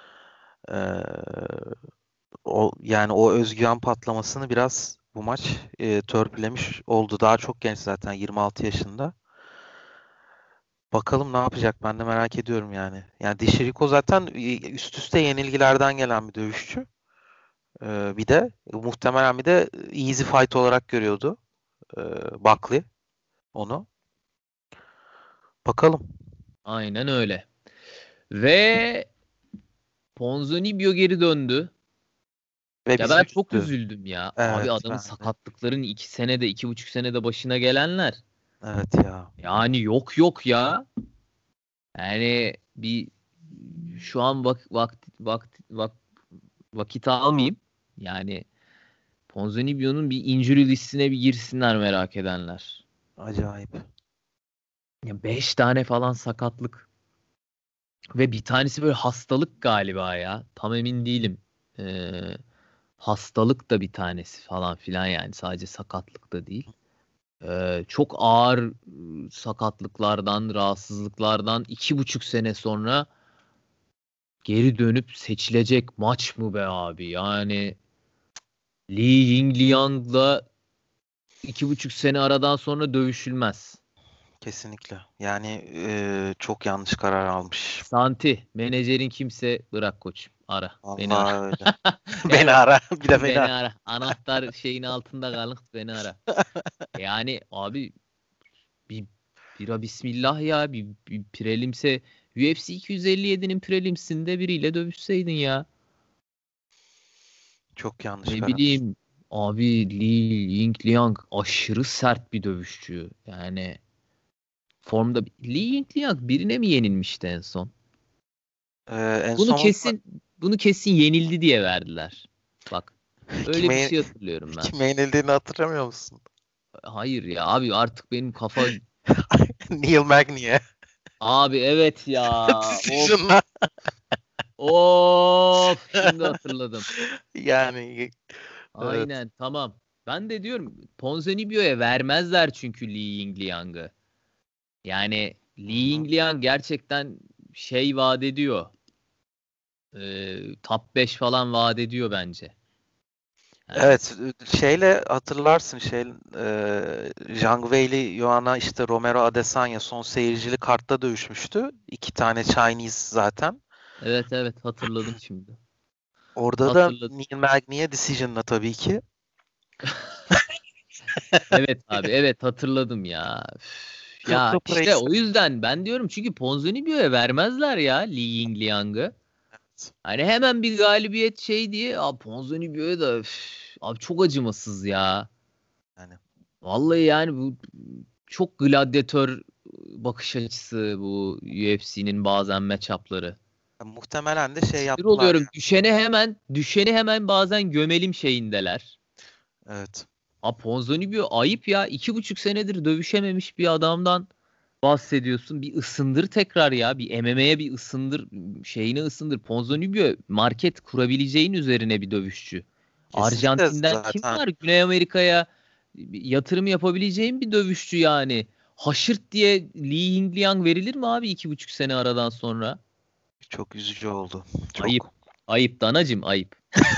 Ee, o yani o özgüven patlamasını biraz bu maç e, törpülemiş oldu. Daha çok genç zaten yirmi altı yaşında. Bakalım ne yapacak ben de merak ediyorum yani. Yani Dişiriko zaten e, üst üste yenilgilerden gelen bir dövüşçü. Ee, bir de muhtemelen bir de easy fight olarak görüyordu e, Buckley onu. Bakalım. Aynen öyle. Ve Ponzinibbio geri döndü. Ve Ya bizi ben çok üzdü. üzüldüm ya. Abi Evet adamın ben de. sakatlıkların iki senede, iki buçuk senede başına gelenler. Evet ya. Yani yok yok ya. Yani bir şu an vak, vakti, vakti, vak, vakit almayayım. Yani Ponzinibbio'nun bir injury listine bir girsinler merak edenler. Acayip. Ya beş tane falan sakatlık. Ve bir tanesi böyle hastalık galiba ya. Tam emin değilim. Ee, hastalık da bir tanesi falan filan yani. Sadece sakatlık da değil. Ee, çok ağır sakatlıklardan, rahatsızlıklardan iki buçuk sene sonra geri dönüp seçilecek maç mı be abi? Yani Li Yingliang'la iki buçuk sene aradan sonra dövüşülmez. Kesinlikle. Yani e, çok yanlış karar almış. Santi, menajerin kimse bırak koçum. Ara. Beni ara. Vallahi öyle. Beni Evet. ara. Bir de beni Beni ara. ara. Anahtar şeyin altında kalın. Beni ara. Yani abi bir bira bismillah ya. Bir, bir prelimse U F C iki yüz elli yedinin prelimsinde biriyle dövüşseydin ya. Çok yanlış Ne karar. bileyim abi Li Yingliang aşırı sert bir dövüşçü. Yani formda Li Yingliang birine mi yenilmişti en son? Ee, en Bunu son kesin bunu kesin yenildi diye verdiler. Bak öyle bir kime şey hatırlıyorum ben. kime yenildiğini hatırlamıyor musun? Hayır ya abi artık benim kafa Neil Magny'e. abi evet ya of Decision'la. of şimdi hatırladım. Yani evet. Aynen tamam. Ben de diyorum Ponzinibbio'ya vermezler çünkü Li Yingliang'ı. Yani Li Hı hı. Yingliang gerçekten şey vaat ediyor. Ee, top beş falan vaat ediyor bence. Yani Evet, şeyle hatırlarsın şey e, Zhang Weili Joanna işte Romero Adesanya son seyircili kartta dövüşmüştü. İki tane Chinese zaten. evet evet hatırladım şimdi. Orada da Hatırladım. Neil Magny'e decision'la tabii ki. Evet abi evet hatırladım ya. Üf, ya Kıpkı işte Price. o yüzden ben diyorum çünkü Ponzinibbio'ya vermezler ya Li Yingliang'ı. Hani hemen bir galibiyet şey diye abi Ponzinibbio'ya da üf, abi çok acımasız ya. Yani Vallahi yani bu çok gladyatör bakış açısı bu U F C'nin bazen matchup'ları. muhtemelen de şey Sinir yaptılar oluyorum. yani. Düşeni hemen düşeni hemen bazen gömelim şeyindeler. Evet. Ha Ponzinibbio ayıp ya. İki buçuk senedir dövüşememiş bir adamdan bahsediyorsun. Bir ısındır tekrar ya. Bir M M A'ye bir ısındır. Şeyini ısındır. Ponzinibbio market kurabileceğin üzerine bir dövüşçü. Kesinlikle Arjantin'den kim zaten var Güney Amerika'ya yatırım yapabileceğin bir dövüşçü yani. Haşırt diye Li Yingliang verilir mi abi iki buçuk sene aradan sonra? çok üzücü oldu. Ayıp. Çok. Ayıp danacım ayıp.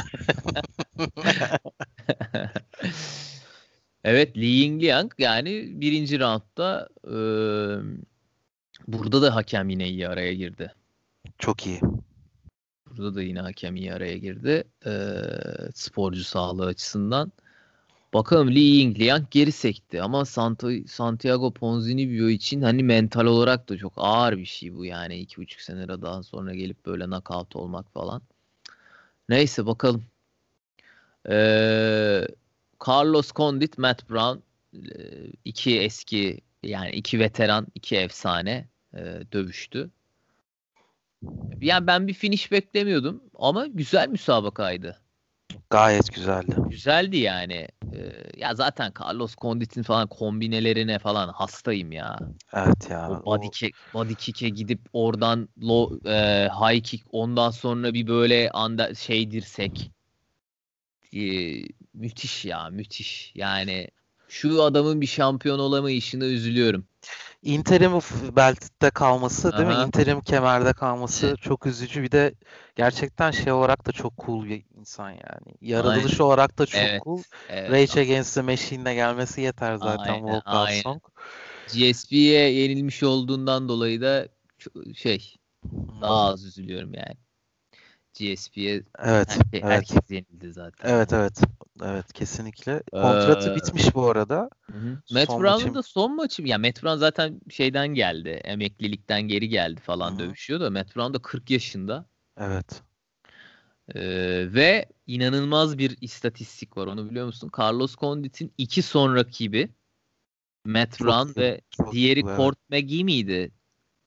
Evet Li Yingliang yani birinci roundda e, burada da hakem yine iyi araya girdi. Çok iyi. Burada da yine hakem iyi araya girdi. E, sporcu sağlığı açısından. Bakalım Li Yingliang geri sekti ama Santo, Santiago Ponzinibbio için hani mental olarak da çok ağır bir şey bu yani iki buçuk sene aradan sonra gelip böyle knockout olmak falan. Neyse bakalım. Ee, Carlos Condit, Matt Brown e, iki eski yani iki veteran, iki efsane e, dövüştü. Yani ben bir finish beklemiyordum ama güzel müsabakaydı. Gayet güzeldi. Güzeldi yani. Ee, ya zaten Carlos Condit'in falan kombinelerine falan hastayım ya. Evet ya. O body O kick, body kick'e gidip oradan low, e, high kick ondan sonra bir böyle anda şey dirsek. Ee, müthiş ya müthiş. Yani şu adamın bir şampiyon olamayışına üzülüyorum. interim f- belt'te kalması değil mi? Aha. Interim kemerde kalması Evet. çok üzücü. Bir de gerçekten şey olarak da çok cool bir insan yani. Aynen. Yaratılış olarak da çok Evet. cool. Evet. Rage Against the Machine'le gelmesi yeter zaten Aynen. Walkout Aynen. Song. G S P'ye yenilmiş olduğundan dolayı da ço- şey daha Hmm. az üzülüyorum yani. G S P'ye Evet, herke, evet. herkes yenildi zaten Evet, yani. evet. Evet, kesinlikle. Kontratı Ee, bitmiş bu arada. hı hı. Matt Son Brown'un maçım. da son maçı ya Matt Brown zaten şeyden geldi. Emeklilikten geri geldi Hı falan hı. dövüşüyor da Matt Brown da kırk yaşında. Evet. Ee, ve inanılmaz bir istatistik var onu biliyor musun? Carlos Condit'in iki son rakibi Matt Çok Brown iyi. ve Çok iyi diğeri bu, evet. Court McGee miydi?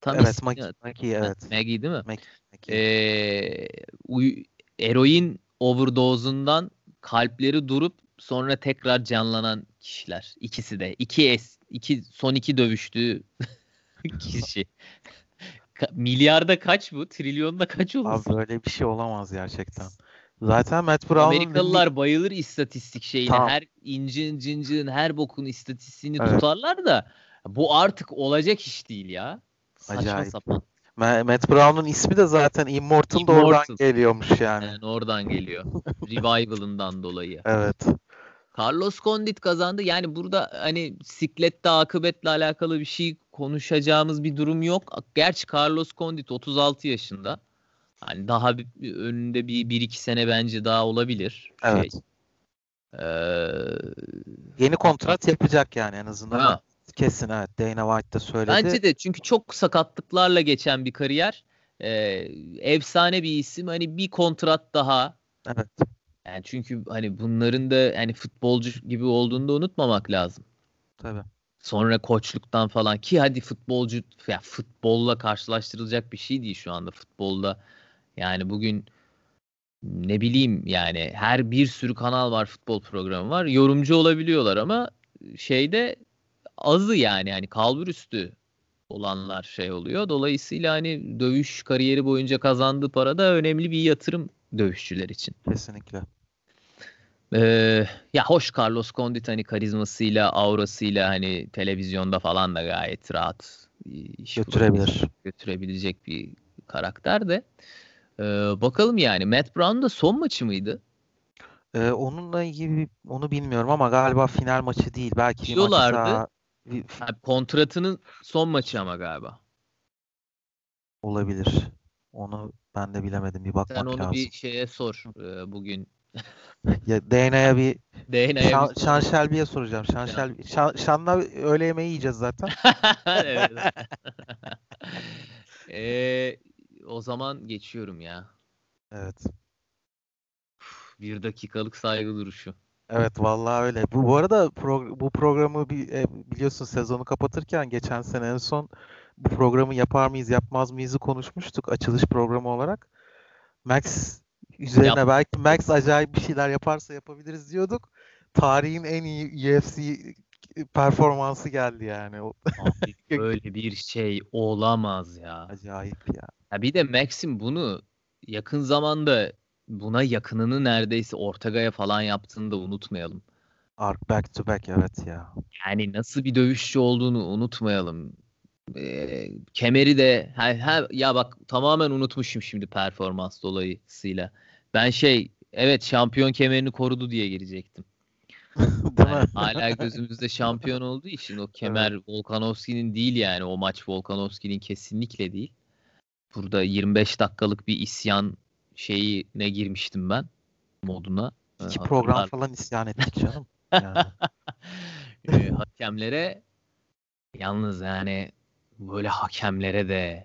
Tam Evet, ismini Maki, hat- Maki Ha, evet. Maggie değil mi? Maki, Maki. Ee, uy- eroin overdose'undan kalpleri durup sonra tekrar canlanan kişiler. İkisi de. İki es, iki son iki dövüştüğü kişi. Ka- milyarda kaç bu? Trilyonda kaç Abi olursun? böyle bir şey olamaz gerçekten. Zaten Matt Brown'un ünlü Amerikalılar bayılır istatistik şeyine. tam Her incin cincin her bokun istatistiğini evet, tutarlar da bu artık olacak iş değil ya. Saçma acayip. sapan. Ma- Matt Brown'un ismi de zaten Immortal da oradan Immortal. geliyormuş yani. Yani oradan geliyor. Revival'ından dolayı. Evet. Carlos Condit kazandı. Yani burada hani siklette akıbetle alakalı bir şey konuşacağımız bir durum yok. Gerçi Carlos Condit otuz altı yaşında. Hani daha bir, bir önünde bir, bir iki sene bence daha olabilir. Şey. Evet. Ee, Yeni ama kontrat yapacak yani en azından o ha, kesin, evet. Dana White da söyledi. bence de çünkü çok sakatlıklarla geçen bir kariyer. Ee, efsane bir isim. Hani bir kontrat daha. Evet. Yani çünkü hani bunların da hani futbolcu gibi olduğunu da unutmamak lazım. Tabii. Sonra koçluktan falan ki hadi futbolcu ya futbolla karşılaştırılacak bir şey değil şu anda futbolda. Yani bugün ne bileyim yani her bir sürü kanal var, futbol programı var. Yorumcu olabiliyorlar ama şeyde azı yani hani kalbur üstü olanlar şey oluyor. Dolayısıyla hani dövüş kariyeri boyunca kazandığı para da önemli bir yatırım dövüşçüler için. Kesinlikle. Ee, ya hoş Carlos Condit hani karizmasıyla, aurasıyla hani televizyonda falan da gayet rahat e, iş bulabilecek, Götürebilir. götürebilecek bir karakter de. Ee, bakalım yani Matt Brown da son maçı mıydı? Ee, onunla ilgili onu bilmiyorum ama galiba final maçı değil. Belki bir maç Diyorlardı. daha bir- Ha, kontratının son maçı ama galiba. olabilir. Onu ben de bilemedim. Bir Sen bakmak onu bir lazım. şeye sor e, bugün. Ya D N A'ya bir D N A'ya bir Şan, sor. Şan Shelby'ye soracağım. Şan Yani. Shelby, Şan, Şan'la öğle yemeği yiyeceğiz zaten. Evet. Ee, o zaman geçiyorum ya. Evet. Bir dakikalık saygı duruşu. Evet vallahi öyle. Bu, bu arada pro- bu programı bir, e, biliyorsun sezonu kapatırken geçen sene en son bu programı yapar mıyız yapmaz mıyızı konuşmuştuk açılış programı olarak. Max üzerine Yaptık. belki Max acayip bir şeyler yaparsa yapabiliriz diyorduk. Tarihin en iyi U F C performansı geldi yani. O- Abi böyle bir şey olamaz ya. Acayip ya. Ya bir de Maxim bunu yakın zamanda buna yakınını neredeyse Ortega'ya falan yaptığını da unutmayalım. Ark back to back, evet ya. Yani nasıl bir dövüşçü olduğunu unutmayalım. Ee, kemeri de ha, ha- ya bak tamamen unutmuşum şimdi performans dolayısıyla. Ben şey evet şampiyon kemerini korudu diye girecektim. Değil mi? Hani hala gözümüzde şampiyon olduğu için o Evet. kemer Volkanovski'nin değil yani o maç Volkanovski'nin kesinlikle değil. Burada yirmi beş dakikalık bir isyan şeyine girmiştim ben moduna. Ee, İki program hatırlar. falan isyan ettik canım. Yani. Ee, hakemlere yalnız yani böyle hakemlere de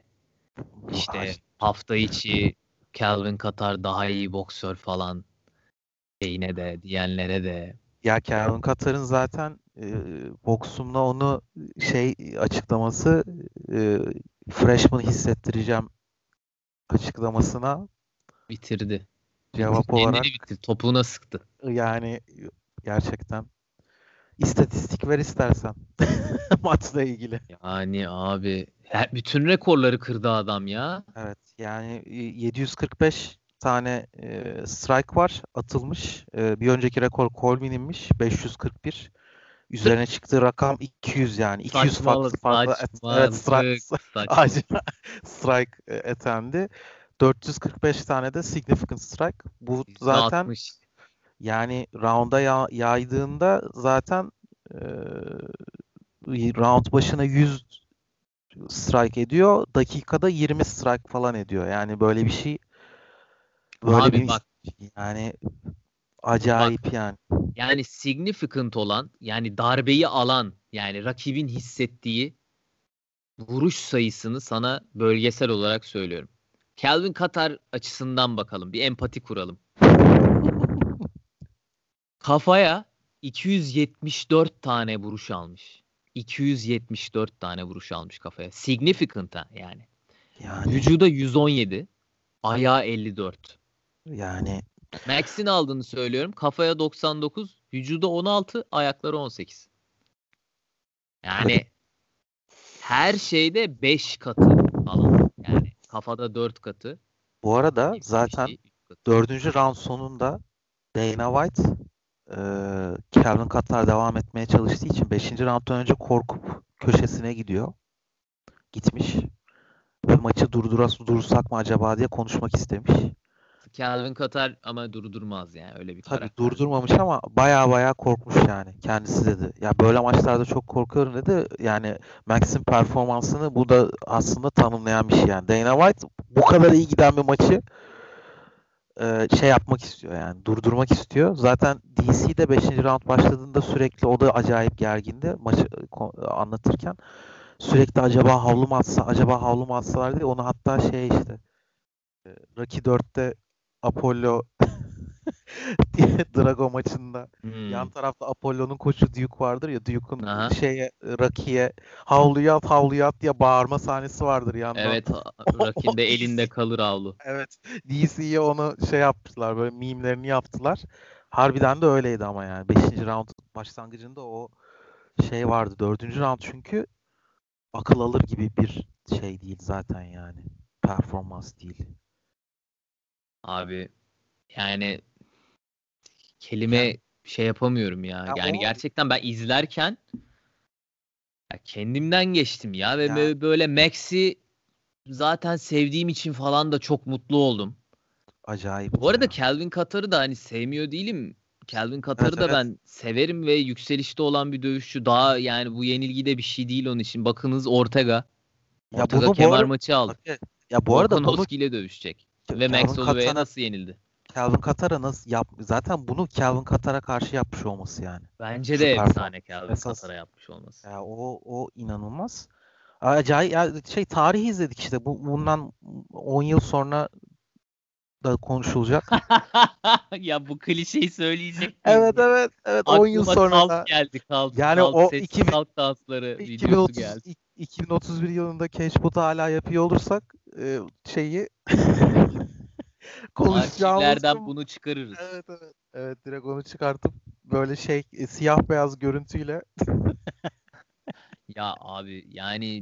Ay, işte hafta içi Calvin Kattar daha iyi boksör falan şeyine de diyenlere de ya Calvin Kattar'ın zaten e, boksumla onu şey açıklaması, e, freshman hissettireceğim açıklamasına bitirdi. Bitir, cevap kendini olarak bitir. Topuğuna sıktı. yani gerçekten istatistik ver istersen maçla ilgili. Yani abi her, bütün rekorları kırdı adam ya. Evet yani e, yedi yüz kırk beş tane e, strike var atılmış. E, bir önceki rekor Colby'ninmiş beş yüz kırk bir. Üzerine çıktığı rakam iki yüz yani. iki yüz farklı Saçmalık, farklı et- evet strike saçmalık, saçmalık. acil strike e, etendi. dört yüz kırk beş tane de significant strike. Bu zaten yüzde altmış. yani rounda ya- yaydığında zaten e, round başına yüz strike ediyor. Dakikada yirmi strike falan ediyor. Yani böyle bir şey, böyle Abi bir bak yani bak acayip yani. yani significant olan yani darbeyi alan yani rakibin hissettiği vuruş sayısını sana bölgesel olarak söylüyorum. Calvin Kattar açısından bakalım. Bir empati kuralım. Kafaya iki yüz yetmiş dört tane vuruş almış. iki yüz yetmiş dört tane vuruş almış kafaya. Significant ha yani. Yani Vücuda yüz on yedi. Ayağa elli dört. yani Max'in aldığını söylüyorum. Kafaya doksan dokuz. Vücuda on altı. Ayakları on sekiz. Yani her şeyde beş katı falan. Yani kafada dört katı. bu arada Bir zaten şey üç katı. dördüncü round sonunda Dana White eee Calvin Kattar devam etmeye çalıştığı için beşinci rounddan önce korkup köşesine gidiyor. Gitmiş. Ve maçı durduras durursak mı acaba diye konuşmak istemiş. Calvin Kattar ama durdurmaz yani. Öyle bir Tabii karakter. durdurmamış ama baya baya korkmuş yani. Kendisi dedi. Ya böyle maçlarda çok korkuyorum dedi. Yani Max'in performansını bu da aslında tanımlayan bir şey yani. Dana White bu kadar iyi giden bir maçı e, şey yapmak istiyor yani. Durdurmak istiyor. Zaten D C'de beşinci round başladığında sürekli o da acayip gergindi maçı ko- anlatırken. Sürekli acaba havlu mu atsa, acaba havlu mu atsalar diye onu hatta şey işte e, Rocky dörtte Apollo diye Drago maçında yan Hmm. tarafta Apollo'nun koçu Duke vardır ya Duke'un Aha. şeye Rocky'ye havluyu at havluyu at diye bağırma sahnesi vardır yandan. Evet. O, o Rakinde D C, elinde kalır avlu. evet D C'ye onu şey yaptılar böyle mimlerini yaptılar. Harbiden de öyleydi ama yani. Beşinci round başlangıcında o şey vardı. Dördüncü round çünkü akıl alır gibi bir şey değil zaten yani. Performans değil. Abi yani Yani, kelime şey yapamıyorum ya. ya Yani o gerçekten ben izlerken ya kendimden geçtim ya ve yani bö- böyle Max'i zaten sevdiğim için falan da çok mutlu oldum. Bu acayipti arada ya. Calvin Kattar'ı da hani sevmiyor değilim. Calvin Evet Kattar'ı da evet. ben severim ve yükselişte olan bir dövüşçü. Daha yani bu yenilgi de bir şey değil onun için. Bakınız Ortega. Ya Ortega bunu bu kemer arada maçı aldı. tabii, ya bu arada bunu Volkanovski ile dövüşecek. Ke- Ve Calvin Max Holloway'e Kattar'a nasıl yenildi? Calvin Kattar'a nasıl yap zaten bunu Calvin Kattar'a karşı yapmış olması yani. Bence Şu de performans. efsane Calvin Esas Kattar'a yapmış olması. ya o o inanılmaz. Acayip ya şey tarih izledik işte. Bu bundan on yıl sonra da konuşulacak. Ya bu klişeyi söyleyecektim Evet diye. evet evet on yıl Aklıma sonra Kalt da geldi. Kalt, yani Kalt o sessiz iki bin, halk dansları videosu iki bin otuz geldi. iki bin otuz bir yılında Cashpot'u hala yapıyor olursak e, şeyi konuşacağımız Arşivlerden gün bunu çıkarırız. evet evet. Evet direkt onu çıkartıp böyle şey e, siyah beyaz görüntüyle Ya abi yani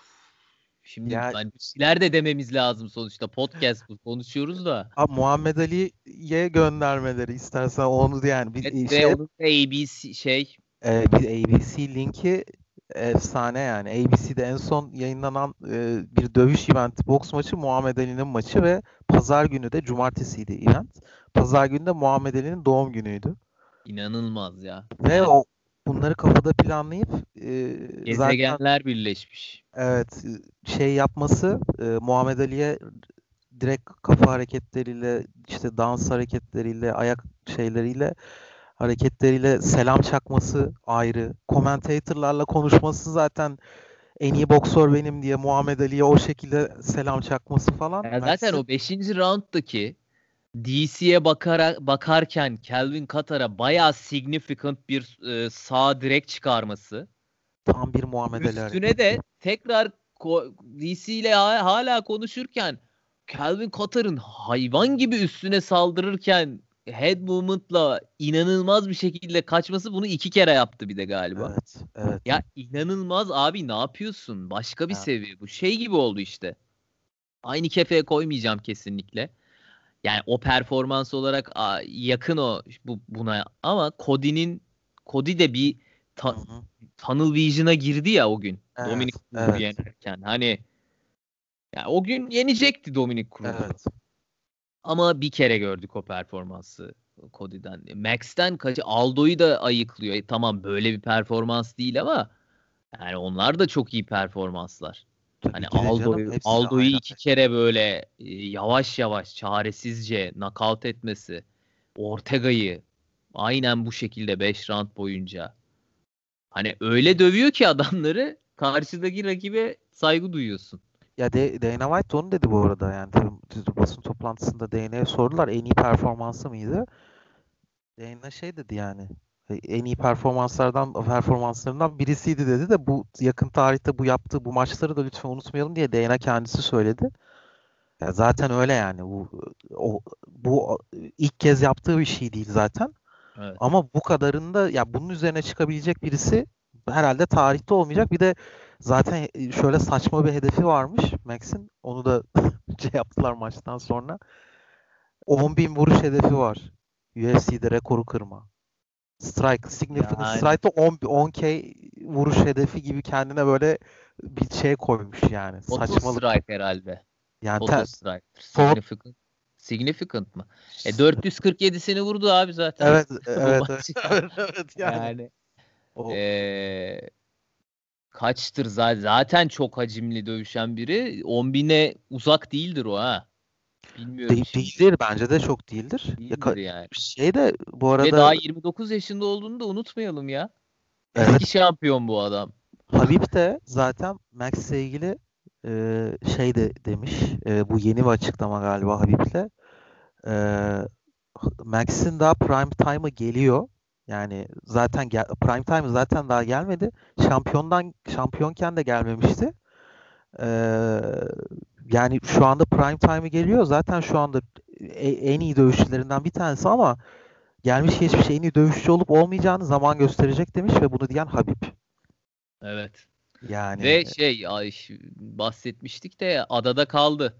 şimdi ya hani bir şeyler de dememiz lazım sonuçta. Podcast bu konuşuyoruz da. a, Muhammed Ali'ye göndermeleri istersen onu yani bir Evet e, ve şey onun da A B C şey e, bir A B C linki efsane yani. A B C'de en son yayınlanan e, bir dövüş eventi boks maçı Muhammed Ali'nin maçı ve pazar günü de cumartesiydi event. Pazar günü de Muhammed Ali'nin doğum günüydü. inanılmaz ya. Ve Yani o bunları kafada planlayıp e, zaten gezegenler birleşmiş. evet şey yapması e, Muhammed Ali'ye direkt kafa hareketleriyle işte dans hareketleriyle ayak şeyleriyle hareketleriyle selam çakması ayrı. Commentator'larla konuşması zaten en iyi boksör benim diye Muhammed Ali'ye o şekilde selam çakması falan. Ya zaten Max'in o beşinci rounddaki D C'ye bakara, bakarken Calvin Kattar'a bayağı significant bir e, sağ direkt çıkarması. tam bir Muhammed Ali Üstüne hareketi. de tekrar ko- D C ile ha- hala konuşurken Calvin Kattar'ın hayvan gibi üstüne saldırırken head movement'la inanılmaz bir şekilde kaçması bunu iki kere yaptı bir de galiba. Evet, evet. Ya inanılmaz abi ne yapıyorsun? Başka bir Ya, seviye bu. Şey gibi oldu işte. Aynı kefeye koymayacağım kesinlikle. Yani o performans olarak a, yakın o bu buna ama Cody'nin Cody de bir hı ta- hı. Tunnel Vision'a girdi ya o gün. Evet, Dominic Cruz'u evet, yenerken. Hani ya o gün yenecekti Dominic Cruz'u. evet. Ama bir kere gördük o performansı Cody'den. Max'ten kaçı Aldo'yu da ayıklıyor. E, tamam böyle bir performans değil ama yani onlar da çok iyi performanslar. Hani Tabii ki de canım. Aldo'yu Hepsi Aldo'yu aynen. iki kere böyle e, yavaş yavaş çaresizce knockout etmesi, Ortega'yı aynen bu şekilde beş round boyunca hani öyle dövüyor ki adamları karşıdaki rakibe saygı duyuyorsun. Ya de, Dana White de onu dedi bu arada yani tabii basın toplantısında Dana'ya sordular en iyi performansı mıydı? Dana şey dedi yani en iyi performanslardan performanslarından birisiydi dedi de bu yakın tarihte bu yaptığı bu maçları da lütfen unutmayalım diye Dana kendisi söyledi. Ya zaten öyle yani bu o, bu ilk kez yaptığı bir şey değil zaten. Evet. Ama bu kadarında ya bunun üzerine çıkabilecek birisi herhalde tarihte olmayacak. Bir de zaten şöyle saçma bir hedefi varmış Max'in. Onu da şey yaptılar maçtan sonra. on bin vuruş hedefi var. U F C'de rekoru kırma. Strike, significant Yani strike'da on, on K vuruş hedefi gibi kendine böyle bir şey koymuş yani. Auto Saçmalık. strike herhalde. Yani Auto te, strike. to, Significant. Significant mı? E dört yüz kırk yedisini vurdu abi zaten. evet, Bu evet, evet, maç yani. evet, evet yani. Yani O e, kaçtır zaten, zaten çok hacimli dövüşen biri. on bine uzak değildir o ha. Bilmiyorum de- şimdi. değildir bence de çok değildir. Ya, Değildir ka- yani. şey de bu Ve arada daha yirmi dokuz yaşında olduğunu da unutmayalım ya. evet Eski şampiyon bu adam. Habib de zaten Max'le ilgili e, şey de demiş. E, bu yeni bir açıklama galiba Habib'le. E, Max'in daha prime time'ı geliyor. Yani zaten gel, prime time zaten daha gelmedi. Şampiyondan şampiyonken de gelmemişti. E, Yani şu anda prime time'ı geliyor. Zaten şu anda e- en iyi dövüşçülerinden bir tanesi ama gelmiş geçmiş en iyi dövüşçü olup olmayacağını zaman gösterecek demiş ve bunu diyen Habib. Evet. Yani Ve şey ay, ş- bahsetmiştik de adada kaldı.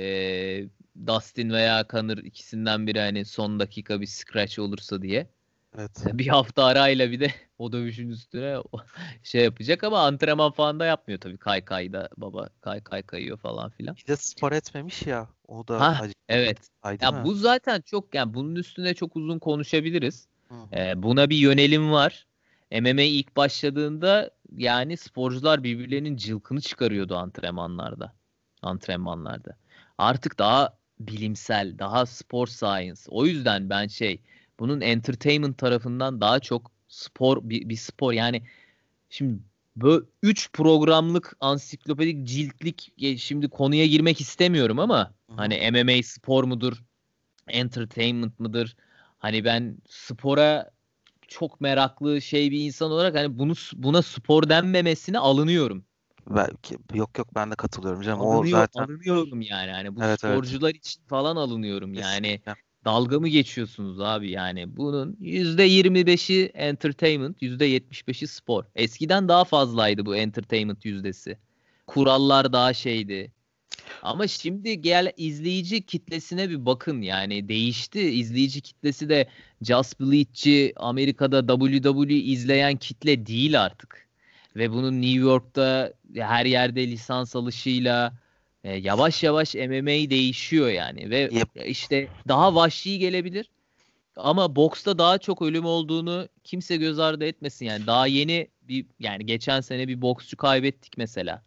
Ee, Dustin veya Conor ikisinden biri hani son dakika bir scratch olursa diye. evet. Bir hafta arayla bir de o dövüşün üstüne o- şey yapacak ama antrenman falan da yapmıyor tabii. Kay kayda baba kay kay kayıyor falan filan. Bir de spor etmemiş ya. O da Ha acayip bir evet. detay değil Ya mi? bu zaten çok yani bunun üstüne çok uzun konuşabiliriz. Hı hı. Ee, buna bir yönelim var. M M A ilk başladığında yani sporcular birbirlerinin cılkını çıkarıyordu antrenmanlarda. Antrenmanlarda. Artık daha bilimsel, daha spor science. O yüzden ben şey bunun entertainment tarafından daha çok spor bir, bir spor yani şimdi böyle üç programlık ansiklopedik ciltlik e, şimdi konuya girmek istemiyorum ama Hı hı. hani M M A spor mudur, entertainment mıdır? Hani ben spora çok meraklı şey bir insan olarak hani bunu buna spor denmemesine alınıyorum. Belki yok yok ben de katılıyorum canım. O Alınıyor, zaten alınıyorum yani. Hani bu evet evet sporcular için falan alınıyorum. Yani kesinlikle. dalga mı geçiyorsunuz abi? Yani bunun yüzde yirmi beşi entertainment, yüzde yetmiş beşi spor. Eskiden daha fazlaydı bu entertainment yüzdesi. Kurallar daha şeydi. Ama şimdi gel izleyici kitlesine bir bakın yani değişti. İzleyici kitlesi de Just Bleach'ci Amerika'da W W E izleyen kitle değil artık. Ve bunun New York'ta her yerde lisans alışıyla e, yavaş yavaş M M A değişiyor yani ve Yep. işte daha vahşi gelebilir ama boksta daha çok ölüm olduğunu kimse göz ardı etmesin yani daha yeni bir yani geçen sene bir boksçu kaybettik mesela.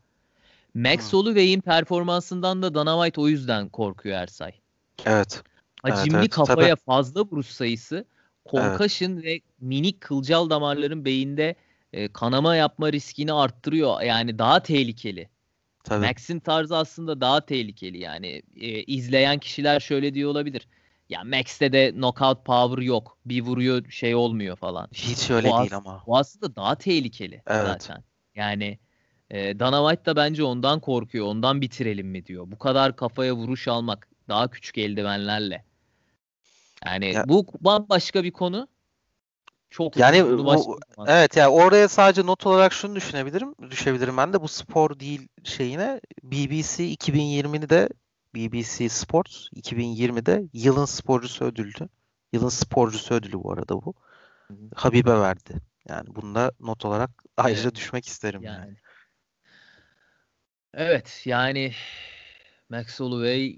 Max Hı. Holloway'in performansından da Dana White o yüzden korkuyor Ersay. Evet. Evet Hacimli evet tabii. kafaya fazla vuruş sayısı, Evet. concussion ve minik kılcal damarların beyinde e, kanama yapma riskini arttırıyor. Yani daha tehlikeli. Tabii. Max'in tarzı aslında daha tehlikeli yani. E, izleyen kişiler şöyle diyor olabilir. Ya Max'te de knockout power yok. Bir vuruyor şey olmuyor falan. Hiç Bu, öyle değil as ama. bu aslında daha tehlikeli Evet. zaten. Yani e, Dana White da bence ondan korkuyor. Ondan bitirelim mi diyor. Bu kadar kafaya vuruş almak daha küçük eldivenlerle. Yani Ya bu bambaşka bir konu. Çok yani uzun. Bunu başka bu bir zaman evet konuşuruz. yani oraya sadece not olarak şunu düşünebilirim. Düşebilirim ben de bu spor değil şeyine B B C iki bin yirmide B B C Sports iki bin yirmide yılın sporcusu ödüldü. Yılın sporcusu ödülü bu arada bu. Hı hı. Habib'e verdi. Yani bunu da not olarak Evet. ayrıca düşmek isterim yani. Yani. Evet yani Max Holloway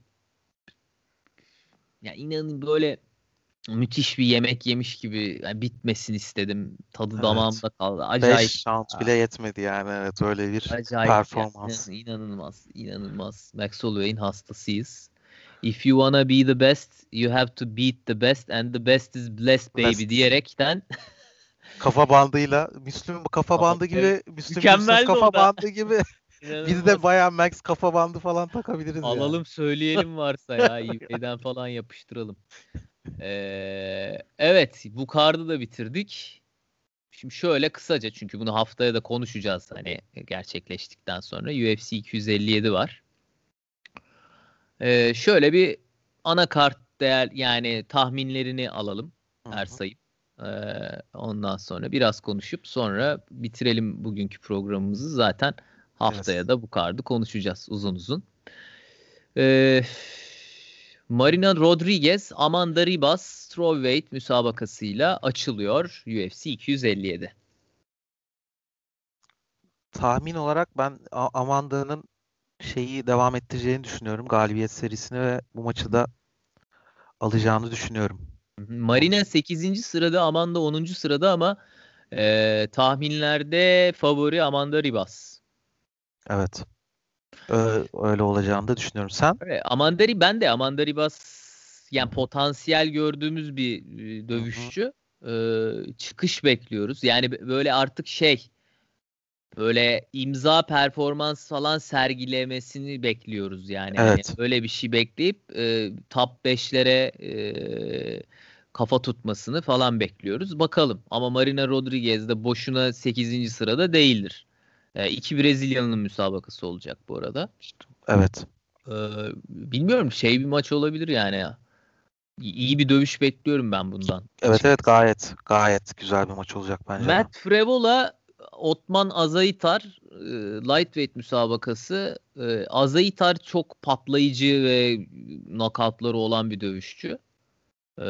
ya inanın böyle müthiş bir yemek yemiş gibi yani bitmesin istedim. Tadı Evet. damağımda kaldı. Acayip beş round bile yetmedi yani. Evet öyle bir acayip yani performans. inanılmaz inanılmaz. Max Holloway'in hastasıyız. If you wanna be the best, you have to beat the best and the best is blessed baby Blessed. diyerekten Kafa bandıyla Müslüm kafa kafa bandı evet, gibi Müslüm Gürses mükemmeldi o kafa da. bandı gibi biz de İnanılmaz. bayağı Max kafa bandı falan takabiliriz yani. Alalım söyleyelim varsa ya eBay'den falan yapıştıralım. Ee, evet bu kartı da bitirdik. Şimdi şöyle kısaca, çünkü bunu haftaya da konuşacağız hani gerçekleştikten sonra. U F C iki yüz elli yedi var. Ee, şöyle bir anakart değer, yani tahminlerini alalım Ersay'ım. Ee, ondan sonra biraz konuşup sonra bitirelim bugünkü programımızı. Zaten haftaya Evet. da bu kartı konuşacağız uzun uzun. Ee, Marina Rodriguez, Amanda Ribas strawweight müsabakasıyla açılıyor U F C iki yüz elli yedi. Tahmin olarak ben A- Amanda'nın şeyi devam ettireceğini düşünüyorum. Galibiyet serisini ve bu maçı da alacağını düşünüyorum. Marina sekizinci sırada, Amanda onuncu sırada ama e, tahminlerde favori Amanda Ribas. Evet. Ö- Öyle olacağını da düşünüyorum. Sen? Evet, Amanda Ri- ben de Amanda Ribas, yani potansiyel gördüğümüz bir e, Hı hı. dövüşçü. E, çıkış bekliyoruz. Yani b- böyle artık şey, böyle imza performans falan sergilemesini bekliyoruz yani, hani Evet. öyle bir şey bekleyip e, top beşlere e, kafa tutmasını falan bekliyoruz. Bakalım, ama Marina Rodriguez de boşuna sekizinci sırada değildir. E, iki Brezilyalı'nın müsabakası olacak bu arada. Evet. E, bilmiyorum, şey bir maç olabilir yani ya. İyi bir dövüş bekliyorum ben bundan Evet evet açıkçası. gayet gayet güzel bir maç olacak bence de. Matt Frevola, Otman Azaitar e, lightweight müsabakası. E, Azaitar çok patlayıcı ve knockoutları olan bir dövüşçü. E,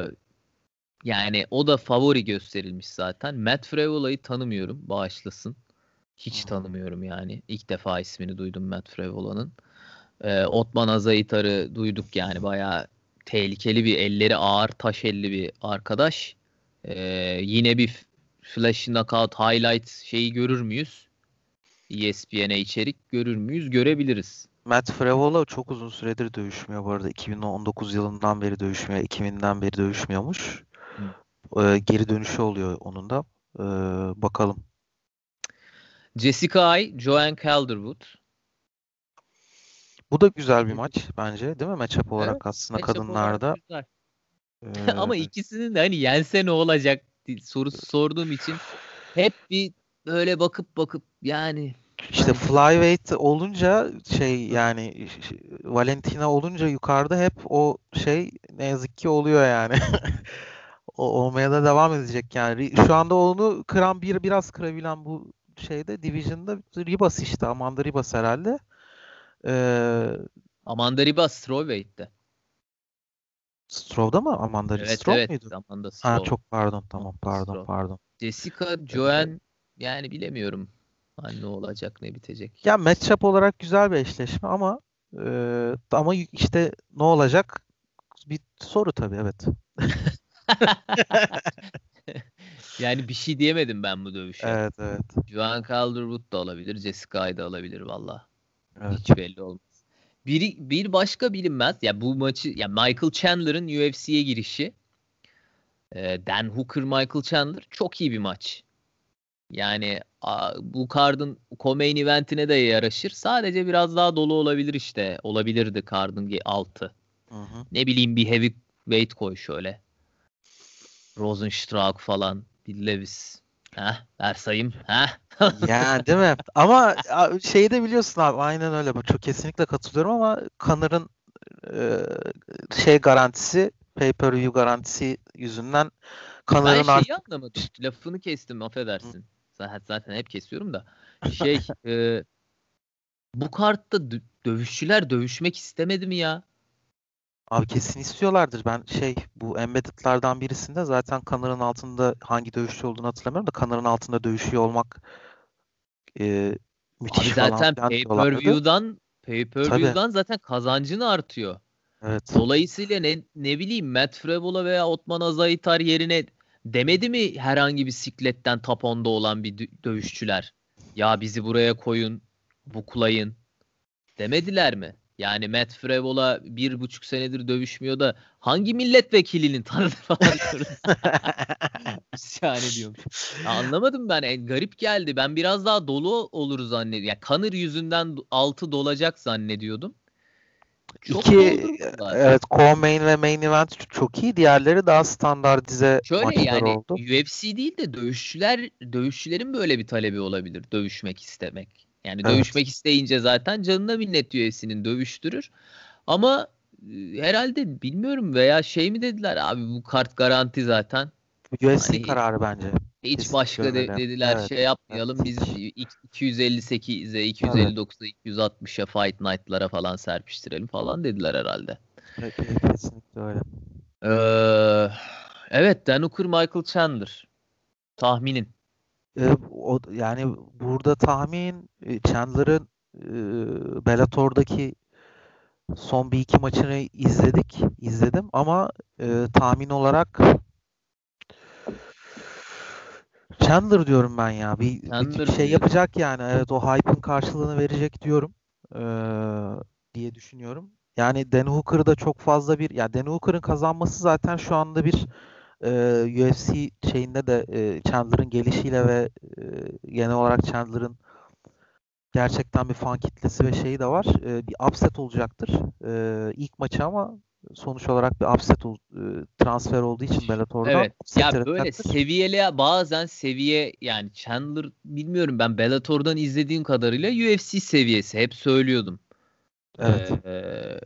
yani o da favori gösterilmiş zaten. Matt Frevola'yı tanımıyorum, bağışlasın. Hiç Hı hı. tanımıyorum yani. İlk defa ismini duydum Matt Frevola'nın. E, Otman Azaitar'ı duyduk, yani bayağı tehlikeli bir, elleri ağır, taş elli bir arkadaş. E, yine bir flash knockout highlight şeyi görür müyüz? E S P N'e içerik görür müyüz? Görebiliriz. Matt Frevola çok uzun süredir dövüşmüyor bu arada. iki bin on dokuz yılından beri dövüşmüyor. iki binden beri dövüşmüyormuş. Hı. Ee, geri dönüşü oluyor onun da. Ee, bakalım. Jessica Ay, Joanne Calderwood. Bu da güzel bir maç bence, değil mi? Matchup Evet, olarak aslında matchup olarak kadınlarda. güzel. Ama Ee, ikisinin de hani yense ne olacak di- sorusu sorduğum için hep bir böyle bakıp bakıp, yani işte hani flyweight olunca şey, hı, yani ş- Valentina olunca yukarıda hep o şey ne yazık ki oluyor yani. O olmaya da devam edecek yani. Ri- Şu anda onu kıran bir biraz kırabilen bu şeyde Division'da Ribas işte. Amanda Ribas herhalde. Ee, Amanda Ribas strawweight'te. Strov'da mı? Amanda Evet Strov evet, muydu? Amanda Ha Strov. çok pardon. Tamam Amanda pardon Strov. pardon. Jessica Ee, Joanne, yani bilemiyorum. Hani ne olacak, ne bitecek. ya matchup olarak güzel bir eşleşme ama e, ama işte ne olacak? Bir soru tabii, evet. Yani bir şey diyemedim ben bu dövüşe. Evet evet. Joanne Calderwood da olabilir, Jessica Ay da olabilir valla. Evet. Hiç belli olmaz. Bir, bir başka bilinmez. Ya bu maçı, ya Michael Chandler'ın U F C'ye girişi. e, Dan Hooker Michael Chandler çok iyi bir maç. Yani a, bu card'ın co-main eventine de yaraşır. Sadece biraz daha dolu olabilir işte. Olabilirdi card'ın altı. Hı hı. Ne bileyim, bir heavyweight koy şöyle. Rosenstruck falan. Bir Lewis. Heh, Ersay'ım. Heh. Yani değil mi? Ama a- şeyi de biliyorsun abi, aynen öyle. Bak, çok kesinlikle katılıyorum ama Connor'ın e, şey garantisi, pay-per-view garantisi yüzünden Ben Connor'ın şeyi artık. anlamadım. Lafını kestim, affedersin. Zaten, zaten hep kesiyorum da. Şey, e, bu kartta dö- dövüşçüler dövüşmek istemedi mi ya? Abi kesin istiyorlardır. Ben şey, bu embedded'lardan birisinde zaten Connor'ın altında hangi dövüşçü olduğunu hatırlamıyorum da Connor'ın altında dövüşüyor olmak e, Abi müthiş falan zaten filan diyorlardı. pay-per-view'dan Tabii. pay-per-view'dan zaten kazancın artıyor. Evet. Dolayısıyla ne, ne bileyim, Matt Frevola veya Otman Azaitar yerine demedi mi herhangi bir sikletten top onda olan bir dö- dövüşçüler? Ya bizi buraya koyun, buklayın demediler mi? Yani Matt Frevola bir buçuk senedir dövüşmüyor da hangi milletvekilinin tanıdı falan diyorum. Yani diyormuş. Ya anlamadım ben. En garip geldi. Ben biraz daha dolu olur zannediyordum. Ya Conor yüzünden altı dolacak zannediyordum. Çok İki doldurdular. evet, co-main ve main event çok iyi. Diğerleri daha standartize Şöyle maçlar yani oldu. U F C değil de dövüşçüler dövüşçülerin böyle bir talebi olabilir. Dövüşmek istemek. Yani Evet. dövüşmek isteyince zaten canına minnet U F C'nin dövüştürür. Ama e, herhalde bilmiyorum veya şey mi dediler abi bu kart garanti zaten. U F C Hani kararı bence. hiç Kesinlikle başka de- öyle. dediler Evet. şey Evet, yapmayalım biz hiç. iki yüz elli sekize, Tabii. iki yüz elli dokuza, iki yüz altmışa Fight Night'lara falan serpiştirelim falan dediler herhalde. Ke- ke- Kesinlikle öyle. Ee, evet Dan Hooker Michael Chandler tahminin. Ee, o, yani burada tahmin e, Chandler'ın e, Bellator'daki son bir iki maçını izledik. izledim ama e, tahmin olarak Chandler diyorum ben ya. Bir, bir Chandler mı şey diyorsun? yapacak yani. Evet, o hype'ın karşılığını verecek diyorum. Ee, diye düşünüyorum. Yani Dan Hooker'ı da çok fazla bir ya Dan Hooker'ın kazanması zaten şu anda bir e, U F C şeyinde de e, Chandler'ın gelişiyle ve e, genel olarak Chandler'ın gerçekten bir fan kitlesi ve şeyi de var. E, bir upset olacaktır. E, ilk maçı ama sonuç olarak bir upset ol- e, transfer olduğu için Bellator'dan Evet. upset Ya böyle yaratacaktır. seviyeli bazen seviye yani Chandler bilmiyorum ben Bellator'dan izlediğim kadarıyla U F C seviyesi hep söylüyordum. Evet. Ee,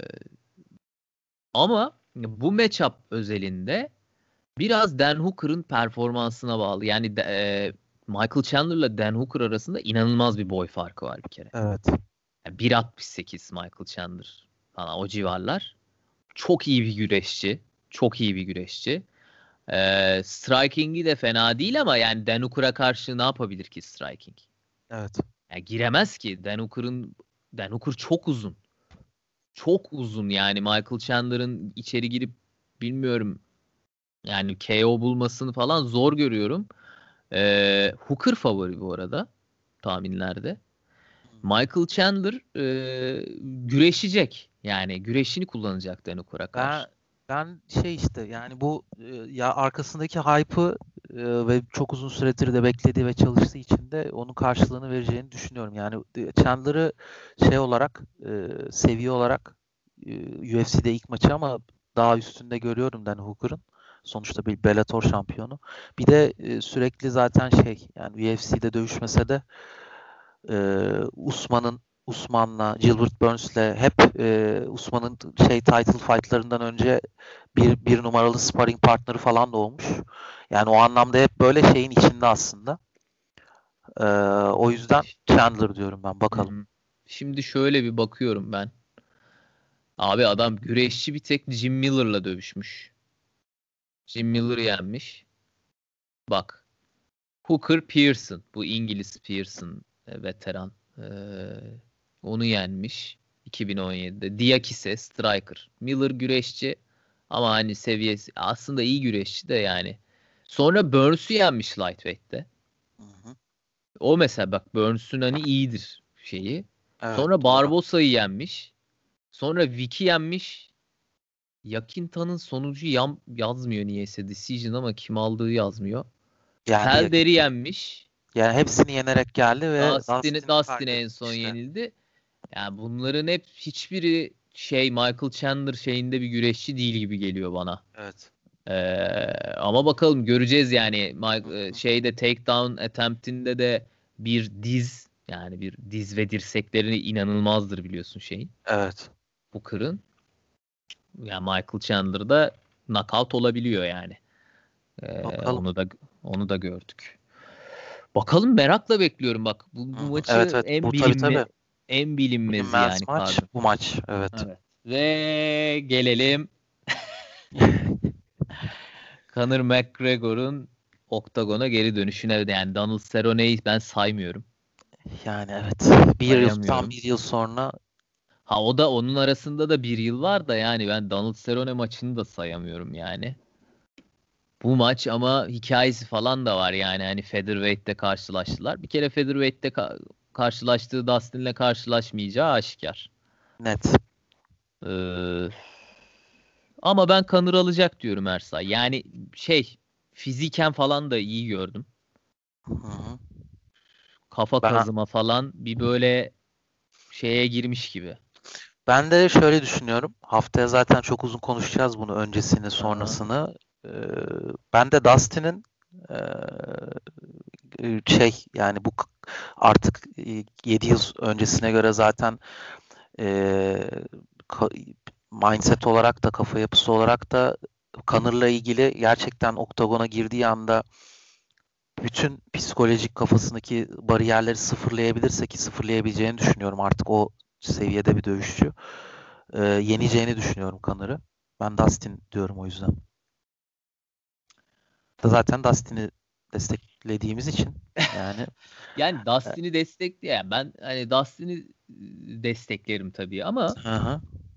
ama bu matchup özelinde biraz Dan Hooker'ın performansına bağlı. Yani de- e, Michael Chandler'la Dan Hooker arasında inanılmaz bir boy farkı var bir kere. Evet. Yani bir altmış sekiz Michael Chandler falan o civarlar. Çok iyi bir güreşçi. Çok iyi bir güreşçi. Ee, striking'i de fena değil ama yani Dan Hooker'a karşı ne yapabilir ki striking? Evet. Yani giremez ki. Dan Hooker'ın Dan Hooker çok uzun. Çok uzun yani Michael Chandler'ın içeri girip bilmiyorum yani K O bulmasını falan zor görüyorum. Ee, Hooker favori bu arada tahminlerde. Michael Chandler e, güreşecek. Yani güreşini kullanacak Dan Hooker'a Ben karşı. ben şey işte yani bu e, ya arkasındaki hype'ı e, ve çok uzun süredir de beklediği ve çalıştığı için de onun karşılığını vereceğini düşünüyorum. Yani e, Chandler'ı şey olarak e, seviye olarak e, U F C'de ilk maçı ama daha üstünde görüyorum Dan Hooker'ın. Sonuçta bir Bellator şampiyonu. Bir de e, sürekli zaten şey yani U F C'de dövüşmese de e, Usman'ın Usman'la, Gilbert Burns'le hep e, Usman'ın şey title fight'larından önce bir, bir numaralı sparring partneri falan da olmuş. Yani o anlamda hep böyle şeyin içinde aslında. E, o yüzden Chandler diyorum ben. Hı Bakalım. hı. Şimdi şöyle bir bakıyorum ben. Abi adam güreşçi bir tek Jim Miller'la dövüşmüş. Jim Miller'ı yenmiş. Bak. Hooker Pearson. Bu İngiliz Pearson e, veteran. Ee, onu yenmiş. iki bin on yedide. Diakise Striker. Miller güreşçi ama hani seviyesi aslında iyi güreşçi de yani. Sonra Burns'u yenmiş Lightweight'te. Hı hı. O mesela bak Burns'un hani iyidir şeyi. Evet, Sonra doğru. Barbosa'yı yenmiş. Sonra Vick'i yenmiş. Yakinta'nın sonucu yam, yazmıyor niyeyse Decision ama kim aldığı yazmıyor. Yani yakın. Felder'i yenmiş. Yani hepsini yenerek geldi ve Dustin'e Dustin'i Dustin'e en kaybetmiş son işte. yenildi. Yani bunların hep hiçbiri şey Michael Chandler şeyinde bir güreşçi değil gibi geliyor bana. Evet. Ee, ama bakalım göreceğiz yani Hı Mike, e, hı. şeyde takedown attempt'inde de bir diz yani bir diz ve dirsekleri inanılmazdır biliyorsun şeyin. Evet. Booker'ın. Yani Michael Chandler'da knockout olabiliyor yani. Ee, Bakalım. onu da onu da gördük. Bakalım merakla bekliyorum bak. Bu, Hı bu hı. Evet, maçı evet. en Bu tabii bilinme tabii. en bilinmezi Bilinmez yani maç. kardın. Bu maç. Evet. Evet. Ve gelelim Conor McGregor'un oktagona geri dönüşüne. Yani Donald Cerrone'yi ben saymıyorum. Yani evet. Bir yıl, tam Sayamıyorum. bir yıl sonra Ha o da onun arasında da bir yıl var da yani ben Donald Cerrone maçını da sayamıyorum yani. Bu maç ama hikayesi falan da var yani hani featherweight'te karşılaştılar. Bir kere featherweight'te ka- karşılaştığı Dustin'le karşılaşmayacağı aşikar. net. Ee, ama ben Conor alacak diyorum Ersay. Yani şey fiziken falan da iyi gördüm. Hı hı. Kafa Ben kazıma falan bir böyle şeye girmiş gibi. Ben de şöyle düşünüyorum. Haftaya zaten çok uzun konuşacağız bunu, öncesini, Aha. sonrasını. Ee, ben de Dustin'in e, şey yani bu k- artık yedi yıl öncesine göre zaten e, ka- mindset olarak da kafa yapısı olarak da Connor'la ilgili gerçekten oktagona girdiği anda bütün psikolojik kafasındaki bariyerleri sıfırlayabilirse, ki sıfırlayabileceğini düşünüyorum, artık o seviyede bir dövüşçü. Ee, yeneceğini düşünüyorum Connor'ı. Ben Dustin diyorum o yüzden. Da zaten Dustin'i desteklediğimiz için yani. Yani e, Dustin'i destekleyen ben hani Dustin'i e, desteklerim tabii ama hı hı.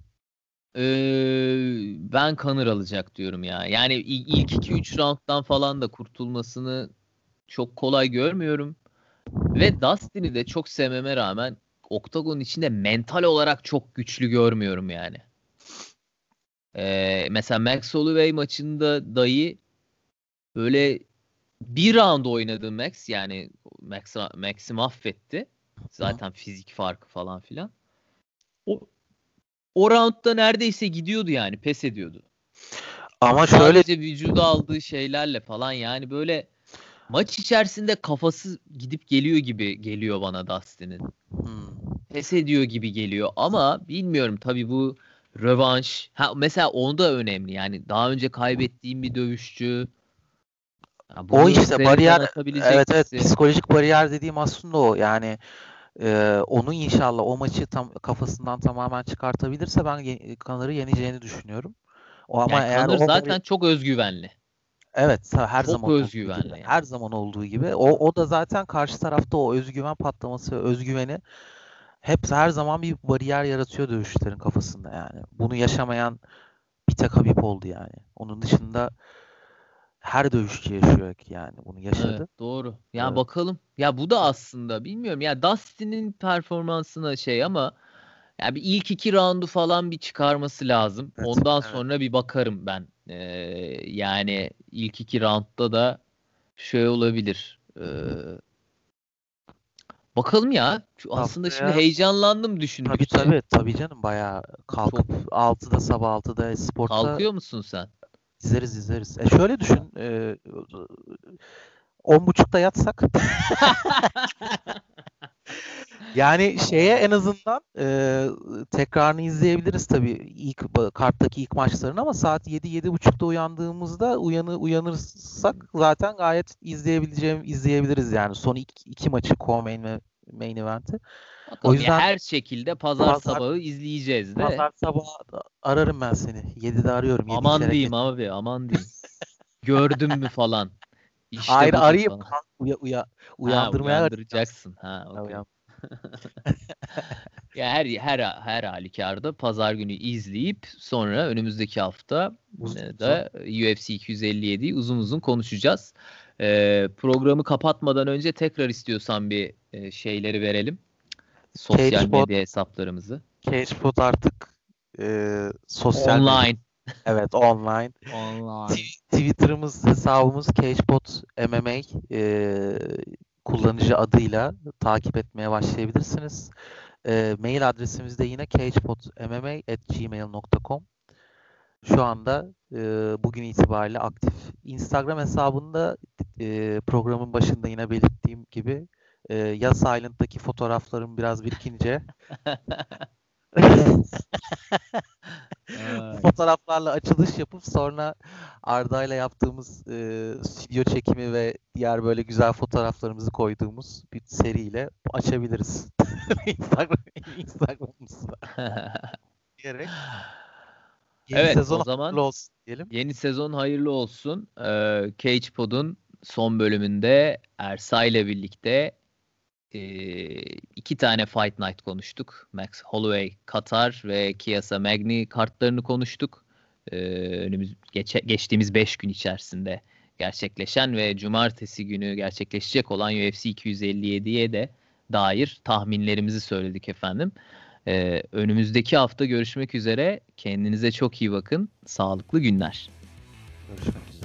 eee, ben Conor alacak diyorum ya. Yani il- ilk iki üç rounddan falan da kurtulmasını çok kolay görmüyorum. Ve Dustin'i de çok sevmeme rağmen Oktagon'un içinde mental olarak çok güçlü görmüyorum yani. Eee, mesela Max Holloway maçında dahi böyle bir round oynadı Max, yani Max, Max'i mahvetti. Hı. Zaten fizik farkı falan filan. O, o roundda neredeyse gidiyordu, yani pes ediyordu. Ama şöyle. Sadece vücuda aldığı şeylerle falan, yani böyle maç içerisinde kafası gidip geliyor gibi geliyor bana Dustin'in. Hmm. Pes ediyor gibi geliyor ama bilmiyorum tabii, bu rövanş. Ha, mesela onu da önemli, yani daha önce kaybettiğim bir dövüşçü. Ya O bunu işte üzerinden bariyer, atabilecek evet evet, misin? psikolojik bariyer dediğim aslında o. Yani e, onu inşallah o maçı tam kafasından tamamen çıkartabilirse ben ye- Connor'ı yeneceğini düşünüyorum. O ama Yani eğer Conor o bari zaten çok özgüvenli. evet, her Çok zaman olduğu gibi, özgüvenli her yani. zaman olduğu gibi o o da zaten karşı tarafta o özgüven patlaması ve özgüveni hep her zaman bir bariyer yaratıyor dövüşçülerin kafasında yani. Bunu yaşamayan bir tek Habib oldu yani. Onun dışında her dövüşçü yaşıyor ki yani, bunu Evet, yaşadı. doğru. Ee, Ya bakalım. Ya bu da aslında bilmiyorum. Ya Dustin'in performansına şey ama ya bir ilk iki roundu falan bir çıkarması lazım. evet, Ondan evet. sonra bir bakarım ben. Ee, yani ilk iki roundda da şey olabilir. Ee, bakalım ya. Şu aslında şimdi Haftaya heyecanlandım tabii düşündükçe. tabii tabii canım, bayağı kalkıp Çok altıda, sabah altıda sportta kalkıyor musun sen? izleriz izleriz. E şöyle düşün, e, on buçukta yatsak yani şeye en azından e, tekrarını izleyebiliriz tabii, ilk ba- karttaki ilk maçlarını, ama saat yedi yedi buçukta uyandığımızda uyanı uyanırsak zaten gayet izleyebileceğim izleyebiliriz yani son iki, iki maçı, co-main ve main event'i. O Bakalım ya, yüzden her şekilde pazar pazar sabahı izleyeceğiz de. pazar sabahı ararım ben seni. yedide arıyorum. yedi Aman çeyrek diyeyim geçe. abi, aman diyeyim. Gördün mü falan. Hayır, İşte budur arayayım. falan. Uya, uya, Ha, uyandırmaya arayacağım uyandıracaksın. Ha, seni. okey. Uyan. Ya her her her halükarda pazar günü izleyip sonra önümüzdeki hafta Uzun e, uzun. da U F C iki yüz elli yediyi uzun uzun konuşacağız. Ee, programı kapatmadan önce tekrar istiyorsan bir e, şeyleri verelim. Sosyal CagePod, medya hesaplarımızı. CagePod artık e, sosyal medya. Online. Evet, online. Online. Tw- Twitter'ımız, hesabımız CagePod M M A, e, kullanıcı adıyla takip etmeye başlayabilirsiniz. E, mail adresimiz de yine cagepodmma at gmail nokta com. Şu anda e, bugün itibariyle aktif. Instagram hesabında e, programın başında yine belirttiğim gibi e, ya Silent'taki fotoğraflarım biraz birikince bu Ay. fotoğraflarla açılış yapıp sonra Arda'yla yaptığımız e, stüdyo çekimi ve diğer böyle güzel fotoğraflarımızı koyduğumuz bir seriyle açabiliriz. Instagram, Instagram'ımızda diyerek yeni Evet, sezon o hayırlı zaman olsun diyelim. yeni sezon hayırlı olsun. Ee, Cage Pod'un son bölümünde Ersay ile birlikte e, iki tane Fight Night konuştuk. Max Holloway Katar ve Chiesa Magny kartlarını konuştuk. Ee, önümüz geçe, geçtiğimiz beş gün içerisinde gerçekleşen ve cumartesi günü gerçekleşecek olan U F C iki yüz elli yediye de dair tahminlerimizi söyledik efendim. Ee, önümüzdeki hafta görüşmek üzere. Kendinize çok iyi bakın. Sağlıklı günler. Görüşmek üzere.